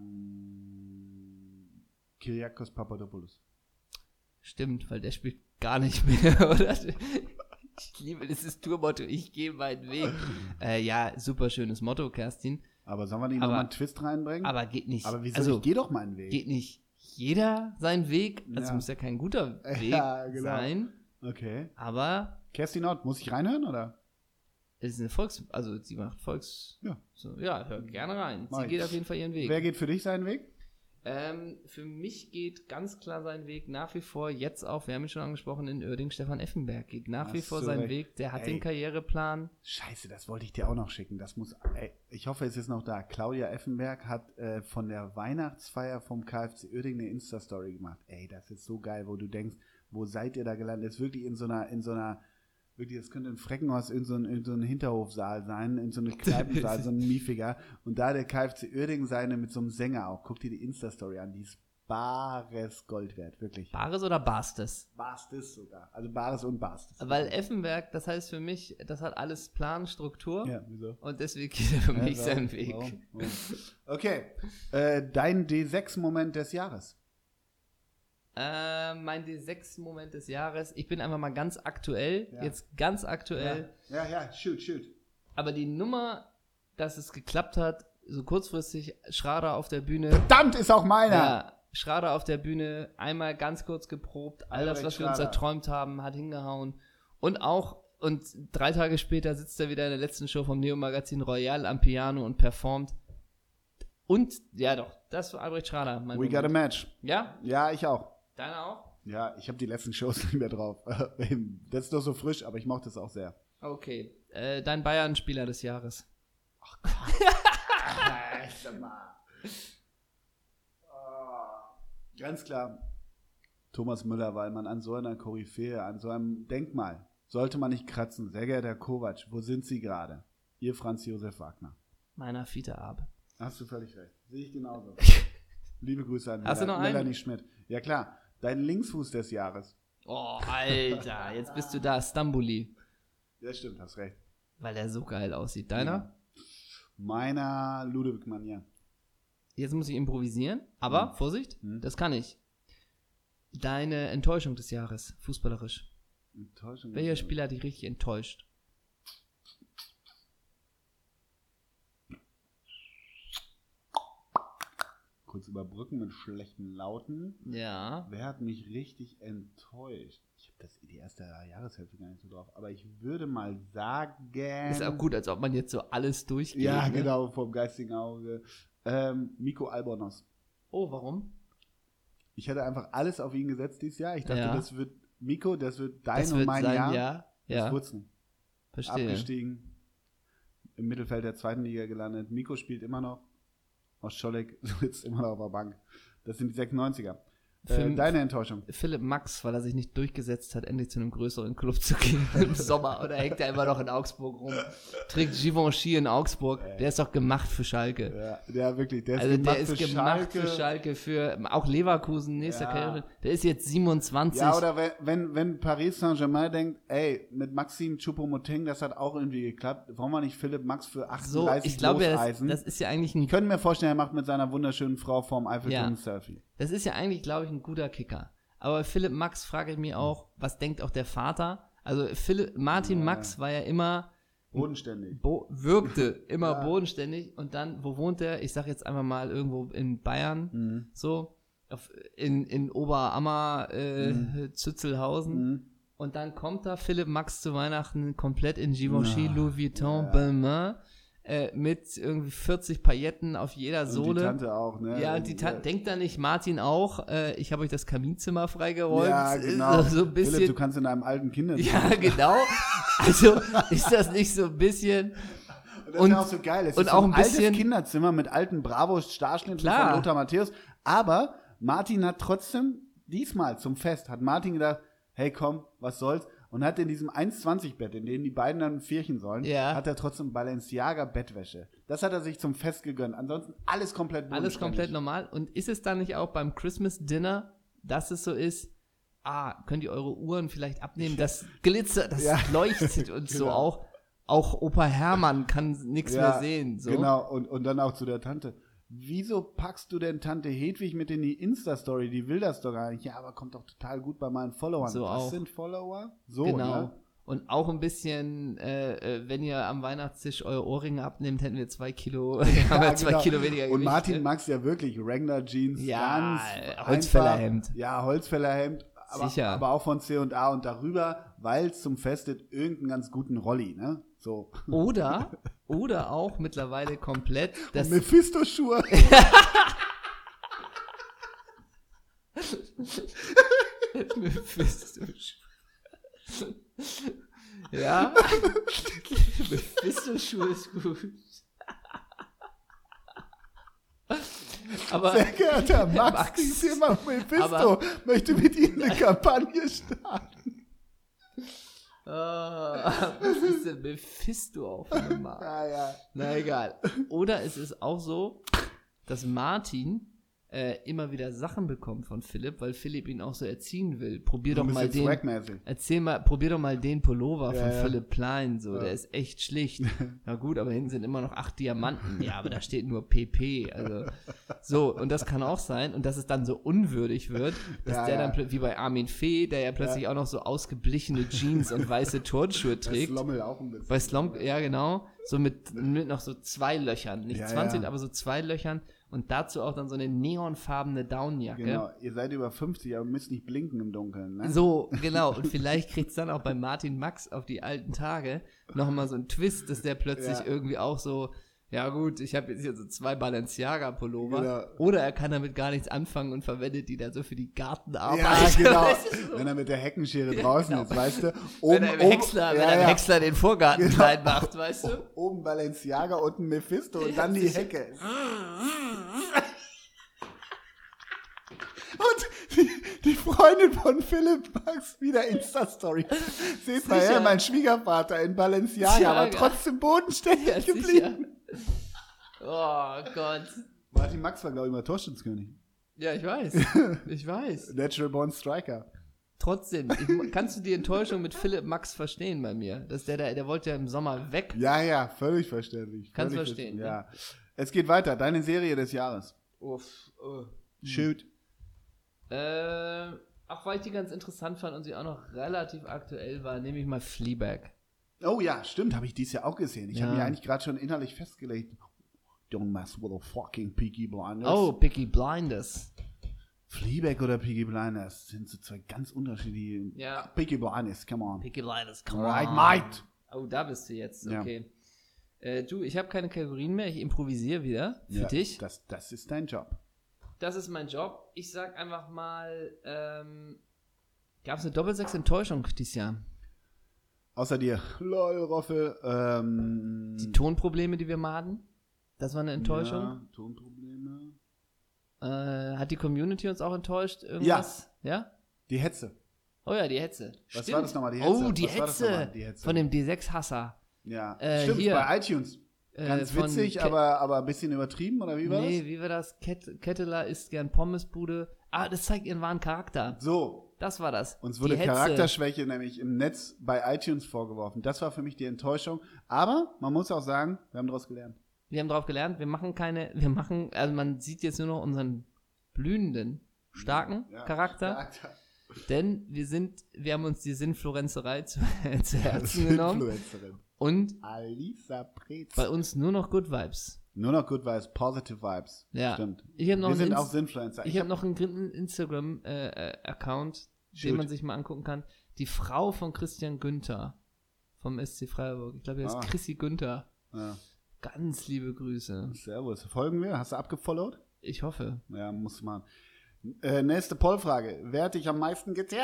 sagen Kyriakos Papadopoulos. Stimmt, weil der spielt gar nicht mehr, oder? Ich liebe dieses Tourmotto, ich gehe meinen Weg. Äh, ja, super schönes Motto, Kerstin. Aber sollen wir nicht Aber- nochmal einen Twist reinbringen? Aber geht nicht. Aber wieso? also, Ich geh doch meinen Weg. geht nicht jeder seinen Weg. Also Ja. muss ja kein guter Weg Ja, genau. sein. Okay. Aber Kerstin Ott, muss ich reinhören, oder? es ist eine Volks... Also sie macht Volks... Ja. So, ja, hör gerne rein. Mach Sie ich. geht auf jeden Fall ihren Weg. Wer geht für dich seinen Weg? Ähm, für mich geht ganz klar sein Weg nach wie vor jetzt auch, wir haben ihn schon angesprochen, in Uerdingen, Stefan Effenberg geht nach wie Hast vor du seinen recht. Weg, der hat Ey. den Karriereplan. Scheiße, das wollte ich dir auch noch schicken. Das muss. Ey, ich hoffe, es ist noch da. Claudia Effenberg hat äh, von der Weihnachtsfeier vom K F C Uerdingen eine Insta-Story gemacht. Ey, das ist so geil, wo du denkst, wo seid ihr da gelandet? Das ist wirklich in so einer, in so einer, wirklich, das könnte ein Freckenhaus in so ein, in so ein Hinterhofsaal sein, in so einem Kneipensaal, so ein Miefiger. Und da der K F C Uerdingen seine mit so einem Sänger auch. Guck dir die Insta-Story an, die ist bares Gold wert, wirklich. Bares oder Barstes? Barstes sogar. Also Bares und Barstes. Weil Effenberg, das heißt für mich, das hat alles Plan, Struktur. Ja, wieso? Und deswegen geht er für Ja, mich warum? seinen Weg. Warum? Warum? Okay, äh, dein D sechs Moment des Jahres. Äh, mein D sechs Moment des Jahres. Ich bin einfach mal ganz aktuell. Ja. Jetzt ganz aktuell. Ja, ja, ja, shoot, shoot. Aber die Nummer, dass es geklappt hat, so kurzfristig, Schrader auf der Bühne. Verdammt, ist auch meiner. Ja, Schrader auf der Bühne, einmal ganz kurz geprobt. All das, Albrecht was wir uns Schrader. erträumt haben, hat hingehauen. Und auch, und drei Tage später sitzt er wieder in der letzten Show vom Neo-Magazin Royal am Piano und performt. Und, ja doch, das war Albrecht Schrader. Mein We got a Moment. match. Ja? Ja, ich auch. Deiner auch? Ja, ich habe die letzten Shows nicht mehr drauf. Das ist doch so frisch, aber ich mochte es auch sehr. Okay. Äh, dein Bayern-Spieler des Jahres. Ganz klar, Thomas Müller, weil man an so einer Koryphäe, an so einem Denkmal, sollte man nicht kratzen. Sehr geehrter Herr Kovac, wo sind Sie gerade? Ihr Franz Josef Wagner. Meiner Fiete Ab. Hast du völlig recht. Sehe ich genauso. Liebe Grüße an Hast du noch einen? Melanie Schmidt. Ja klar, dein Linksfuß des Jahres. Oh, Alter, jetzt bist du da, Stambuli. Ja, stimmt, hast recht. Weil der so geil aussieht. Deiner? Ja. Meiner Ludovic Manier. Jetzt muss ich improvisieren, aber Hm. Vorsicht, Hm. das kann ich. Deine Enttäuschung des Jahres, fußballerisch. Enttäuschung. Welcher Spieler hat dich richtig enttäuscht? Kurz überbrücken mit schlechten Lauten. Ja. Wer hat mich richtig enttäuscht? Ich habe das die erste Jahreshälfte gar nicht so drauf. Aber ich würde mal sagen... Ist auch gut, als ob man jetzt so alles durchgeht. Ja, ne? genau, vom geistigen Auge. Ähm, Miko Albonos. Oh, warum? Ich hätte einfach alles auf ihn gesetzt dieses Jahr. Ich dachte, Ja. das wird, Miko, das wird dein Das und wird mein sein Jahr. Jahr. Das Ja, wird's nicht. verstehe. Abgestiegen. Im Mittelfeld der zweiten Liga gelandet. Miko spielt immer noch. Oscholek sitzt immer noch auf der Bank. Das sind die sechsundneunziger. Äh, Für- deine Enttäuschung. Philipp Max, weil er sich nicht durchgesetzt hat, endlich zu einem größeren Club zu gehen im Sommer. Oder hängt er immer noch in Augsburg rum? Trägt Givenchy in Augsburg. Der ist doch gemacht für Schalke. Ja, der wirklich, der ist Also gemacht der ist für gemacht Schalke. für Schalke, für auch Leverkusen, nächster Ja. Karriere. Der ist jetzt siebenundzwanzig. Ja, oder wenn, wenn, wenn Paris Saint-Germain denkt, ey, mit Maxime Choupo-Moting, das hat auch irgendwie geklappt, wollen wir nicht Philipp Max für so, achtunddreißig ich glaube, ja, das, loseisen? das ist ja eigentlich ein Ich könnte mir vorstellen, er macht mit seiner wunderschönen Frau vorm Eiffelturm Ja. ein Selfie. Das ist ja eigentlich, glaube ich, ein guter Kicker. Aber Philipp Max frage ich mich auch, was denkt auch der Vater? Also Philipp, Martin Ja. Max war ja immer, Bodenständig. bo wirkte immer Ja. bodenständig. Und dann, wo wohnt er? Ich sag jetzt einfach mal irgendwo in Bayern, Mhm. so, auf, in, in Oberammer, äh, Mhm. Zützelhausen. Mhm. Und dann kommt da Philipp Max zu Weihnachten komplett in Givenchy, Ja. Louis Vuitton, Ja. Balmain, äh, mit irgendwie vierzig Pailletten auf jeder Und Sohle. die Tante auch, ne? Ja, die Ta denkt da nicht Martin auch, äh, ich habe euch das Kaminzimmer freigeräumt. Ja, genau. So, so ein bisschen. Philipp, du kannst in einem alten Kinderzimmer. Ja, genau. Also ist das nicht so ein bisschen. Und das Und- ist ja auch so geil. Es und ist auch so ein ein altes bisschen- Kinderzimmer mit alten Bravo-Starschnitten Klar. von Lothar Matthäus. Aber Martin hat trotzdem, diesmal zum Fest, hat Martin gedacht, hey komm, was soll's? Und hat in diesem eins zwanzig Bett, in dem die beiden dann vierchen sollen, Ja. hat er trotzdem Balenciaga-Bettwäsche. Das hat er sich zum Fest gegönnt. Ansonsten alles komplett Alles bodenständig. komplett normal. Und ist es dann nicht auch beim Christmas Dinner, dass es so ist, ah, könnt ihr eure Uhren vielleicht abnehmen, das glitzert, das Ja. leuchtet und so Genau. auch. Auch Opa Hermann kann nichts Ja, mehr sehen. So. Genau, und, und dann auch zu der Tante. Wieso packst du denn Tante Hedwig mit in die Insta-Story? Die will das doch gar nicht. Ja, aber kommt doch total gut bei meinen Followern. So Was auch. sind Follower? So, Genau. ne? Und auch ein bisschen, äh, äh, wenn ihr am Weihnachtstisch eure Ohrringe abnehmt, hätten wir zwei Kilo, haben wir zwei genau. Kilo weniger Gewicht. Und Martin ne? Max ja wirklich Wrangler Jeans, Ja, ganz Holzfällerhemd. einfach. Ja, Holzfällerhemd. Aber, Sicher. aber auch von C und A und darüber, weil es zum Fest ist, irgendeinen ganz guten Rolli, ne? So. Oder, oder auch mittlerweile komplett das, Mephisto-Schuhe. Mephisto-Schuhe. Ja. Mephisto-Schuhe ist gut. Aber Sehr geehrter Max, Max. die Firma Mephisto Aber- möchte mit Ihnen eine Kampagne starten. Ah, was ist denn Mephisto auf dem Markt? Ja, ja. Na egal. Oder es ist auch so, dass Martin äh, immer wieder Sachen bekommt von Philipp, weil Philipp ihn auch so erziehen will. Probier So doch ein mal bisschen den. swagmäßig. Erzähl mal, probier doch mal den Pullover Ja, von ja. Philipp Plein, so, Ja. der ist echt schlicht. Na gut, aber hinten sind immer noch acht Diamanten. Ja, aber da steht nur P P. Also, so, und das kann auch sein, und dass es dann so unwürdig wird, dass Ja, der ja. dann, plö- wie bei Armin Fee, der ja plötzlich auch noch so ausgeblichene Jeans und weiße Turnschuhe Das trägt. Lommel auch ein bisschen. Bei Slom, ja genau, so mit, mit noch so zwei Löchern, nicht Ja, zwanzig, ja. aber so zwei Löchern und dazu auch dann so eine neonfarbene Downjacke. Genau, ihr seid über fünfzig, aber müsst nicht blinken im Dunkeln, ne? So, genau. Und vielleicht kriegt es dann auch bei Martin Max auf die alten Tage nochmal so einen Twist, dass der plötzlich Ja. irgendwie auch so, ja gut, ich habe jetzt hier so zwei Balenciaga-Pullover. Genau. Oder er kann damit gar nichts anfangen und verwendet die dann so für die Gartenarbeit. Ja, genau. Weißt du, so. Wenn er mit der Heckenschere draußen genau. ist, weißt du. Wenn er im Häcksler, wenn ja, er im ja. Häcksler den Vorgarten Genau. klein macht, weißt du? Oben Balenciaga, unten Mephisto und Ja, dann die sicher. Hecke. Und Die Freundin von Philipp Max wieder Insta-Story. Seht mal her, mein Schwiegervater in Balenciaga, Ja, aber ja. trotzdem bodenständig Ja, geblieben. sicher. Oh Gott. Martin Max war, glaube ich, mal Torschützenkönig. Ja, ich weiß. Ich weiß. Natural Born Striker. Trotzdem, ich, kannst du die Enttäuschung mit Philipp Max verstehen bei mir? Dass der, der, der wollte ja im Sommer weg. Ja, ja, völlig verständlich. Kannst völlig verstehen, ne? Ja. Es geht weiter. Deine Serie des Jahres. Uff. Uh. Shoot. Äh, auch weil ich die ganz interessant fand und sie auch noch relativ aktuell war, nehme ich mal Fleabag. Oh ja, stimmt, habe ich dies Jahr auch gesehen. Ich Ja. habe mir eigentlich gerade schon innerlich festgelegt. Don't mess with a fucking Peaky Blinders. Oh, Peaky Blinders. Fleabag oder Peaky Blinders sind so zwei ganz unterschiedliche. Ja. Peaky Blinders, come on. Peaky Blinders, come Alright, on. mate. Oh, da bist du jetzt, Ja. okay. Äh, du, ich habe keine Kategorien mehr, ich improvisiere wieder für Ja, dich. Das, das ist dein Job. Das ist mein Job. Ich sag einfach mal, ähm, gab es eine Doppelsechs-Enttäuschung dieses Jahr? Außer dir. Lol, Roffel. Ähm, Die Tonprobleme, die wir mal hatten, das war eine Enttäuschung. Ja, Tonprobleme. Äh, hat die Community uns auch enttäuscht? Irgendwas? Ja? Die Hetze. Oh ja, die Hetze. Was Stimmt. war das nochmal, die Hetze? Oh, die Was war das Hetze. nochmal, die Hetze? Von dem D sechs Hasser. Ja, Äh, stimmt, hier. bei iTunes. Äh, Ganz von witzig, Ke- aber, aber ein bisschen übertrieben, oder wie war Nee, das? wie war das? Ket Ketteler isst gern Pommesbude. Ah, das zeigt ihren wahren Charakter. So, Das war das. uns wurde Die Hetze. Charakterschwäche nämlich im Netz bei iTunes vorgeworfen. Das war für mich die Enttäuschung. Aber man muss auch sagen, wir haben daraus gelernt. Wir haben darauf gelernt, wir machen keine, wir machen, also man sieht jetzt nur noch unseren blühenden, starken Ja, Charakter. Charakter. Denn wir sind, wir haben uns die Sinnflorenzerei zu, zu Herzen genommen. Influencerin. Und Alisa Preetz. bei uns nur noch Good Vibes. Nur noch Good Vibes, Positive Vibes. Ja. Stimmt. Ich hab noch wir einen sind Inst- auch Sinfluencer. Ich habe noch einen gr- Instagram-Account, den Shoot. man sich mal angucken kann. Die Frau von Christian Günther vom S C Freiburg. Ich glaube, der Ah. ist Chrissy Günther. Ja. Ganz liebe Grüße. Servus. Folgen wir? Hast du abgefollowt? Ich hoffe. Ja, muss man. Äh, nächste Pollfrage. Wer hat dich am meisten getragen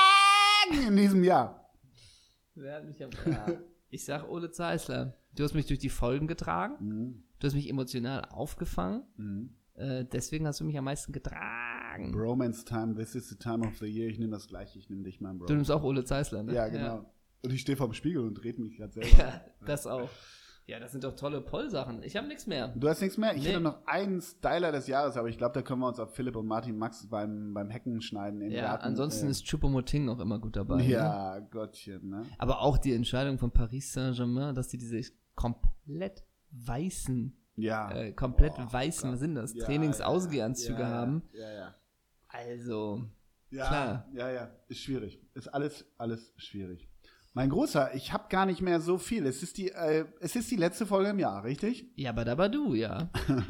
in diesem Jahr? Wer hat mich am ja. Ich sag Ole Zeisler. Du hast mich durch die Folgen getragen. Mhm. Du hast mich emotional aufgefangen. Mhm. Äh, deswegen hast du mich am meisten getragen. Bromance Time, this is the time of the year. Ich nehme das gleiche, ich nehme dich, mein Bro. Du nimmst auch Ole Zeisler, ne? Ja, genau. Und ich stehe vorm Spiegel und rede mich gerade selber. Ja, das auch. Ja, das sind doch tolle Poll-Sachen. Ich habe nichts mehr. Du hast nichts mehr? Ich Nee. hätte noch einen Styler des Jahres, aber ich glaube, da können wir uns auf Philipp und Martin Max beim, beim Hecken schneiden im Ja, Garten. ansonsten äh, ist Choupo-Moting auch immer gut dabei. Ne? Ja, Gottchen, ne? Aber auch die Entscheidung von Paris Saint-Germain, dass die diese komplett weißen, Ja. äh, komplett Boah, weißen, was sind das, Ja, Trainingsausgehandzüge ja, haben. Ja, ja. Also, Ja, Klar. ja, ja. Ist schwierig. Ist alles, alles schwierig. Mein Großer, ich habe gar nicht mehr so viel. Es ist die, äh, es ist die letzte Folge im Jahr, richtig? ja, aber du, ja.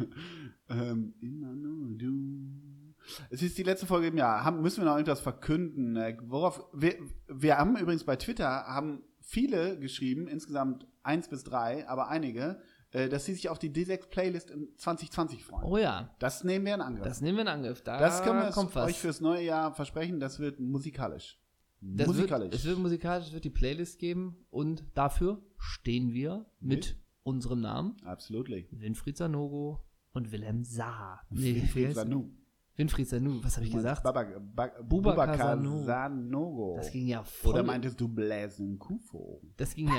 ähm, immer nur du. Es ist die letzte Folge im Jahr. Haben, müssen wir noch irgendwas verkünden? Äh, worauf? Wir, wir haben übrigens bei Twitter haben viele geschrieben, insgesamt eins bis drei, aber einige, äh, dass sie sich auf die D sechs Playlist in zwanzig zwanzig freuen. Oh ja, Das nehmen wir in Angriff. das nehmen wir in Angriff. Da Das können wir kommt was. euch fürs neue Jahr versprechen. Das wird musikalisch. Das musikalisch. Wird, es wird musikalisch, es wird die Playlist geben und dafür stehen wir mit Mit? unserem Namen. Absolutely. Winfried Sanogo und Wilhelm Saar. Nee, wie Winfried heißt- Sanu. Winfried Sanu, was habe ich gesagt? Baba, ba, Boubacar Boubacar Sanu. Sanogo. Das ging ja voll. Oder meintest du Bläsen Kufo? Das ging ja,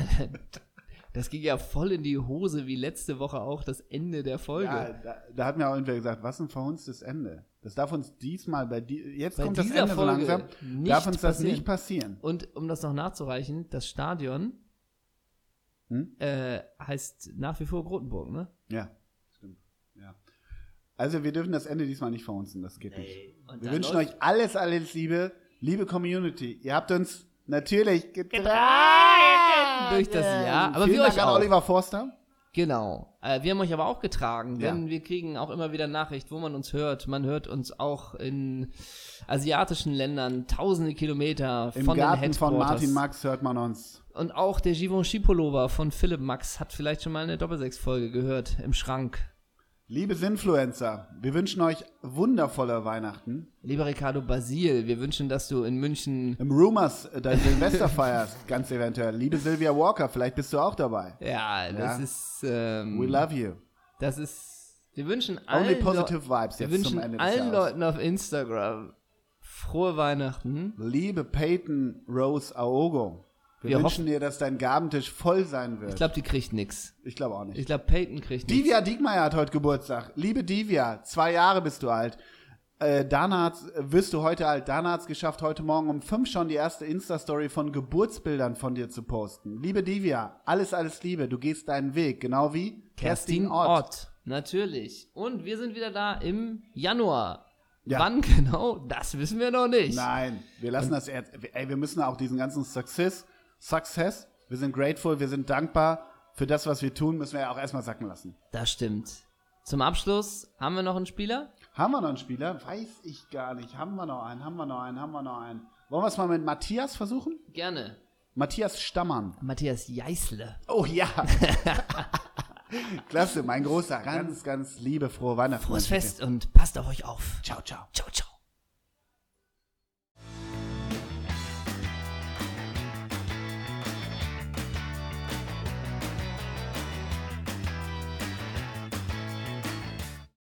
das ging ja voll in die Hose, wie letzte Woche auch das Ende der Folge. Ja, da, da hat mir auch irgendwer gesagt, was ein verhunztes Ende. Das darf uns diesmal bei die, jetzt Bei kommt das dieser Ende so Folge langsam, nicht darf uns das passieren. nicht passieren. Und um das noch nachzureichen, das Stadion Hm? äh, heißt nach wie vor Grotenburg, ne? Ja, stimmt. Ja. Also wir dürfen das Ende diesmal nicht verhunzen, das geht nicht. Und Wir dann wünschen läuft- euch alles, alles Liebe, liebe Community. Ihr habt uns natürlich getragen durch das Jahr, aber Vielen wir Dank euch an auch. Oliver Forster. Genau. Äh, wir haben euch aber auch getragen, Ja. denn wir kriegen auch immer wieder Nachricht, wo man uns hört. Man hört uns auch in asiatischen Ländern, tausende Kilometer Im von den Garten Headquarters. von Martin Max hört man uns. Und auch der Givenchy Pullover von Philipp Max hat vielleicht schon mal eine Doppelsechs-Folge gehört im Schrank. Liebe Sinfluencer, wir wünschen euch wundervolle Weihnachten. Lieber Ricardo Basil, wir wünschen, dass du in München, Im Rumors äh, dein Silvester feierst, ganz eventuell. Liebe Sylvia Walker, vielleicht bist du auch dabei. ja, das Ja. ist, ähm, We love you. das ist, wir wünschen Only allen, positive Leu- vibes wir jetzt zum wünschen Ende des allen Jahres. Leuten auf Instagram Frohe Weihnachten. Liebe Peyton Rose Aogo, wir, Wir wünschen dir, dass dein Gabentisch voll sein wird. Ich glaube, die kriegt nix. Ich glaube auch nicht. Ich glaube, Peyton kriegt nix. Divya Diekmeyer hat heute Geburtstag. Liebe Divya, zwei Jahre bist du alt. Äh, Dana hat's, wirst du heute alt. Dana hat es geschafft, heute Morgen um fünf schon die erste Insta-Story von Geburtsbildern von dir zu posten. Liebe Divya, alles, alles Liebe. Du gehst deinen Weg. Genau wie Kerstin Ott. Natürlich. Und wir sind wieder da im Januar. Ja. Wann genau? Das wissen wir noch nicht. Nein, wir lassen das erst. Ey, wir müssen auch diesen ganzen Success, Success, wir sind grateful, wir sind dankbar für das, was wir tun, müssen wir ja auch erstmal sacken lassen. Das stimmt. Zum Abschluss haben wir noch einen Spieler? Haben wir noch einen Spieler? Weiß ich gar nicht. Haben wir noch einen? Haben wir noch einen? Haben wir noch einen? Wollen wir es mal mit Matthias versuchen? Gerne. Matthias Stammann. Matthias Jeißle. Oh ja. Klasse, mein Großer. Ganz, ganz liebe, frohe Weihnachten. Frohes Fest und passt auf euch auf. Ciao, ciao. Ciao, ciao.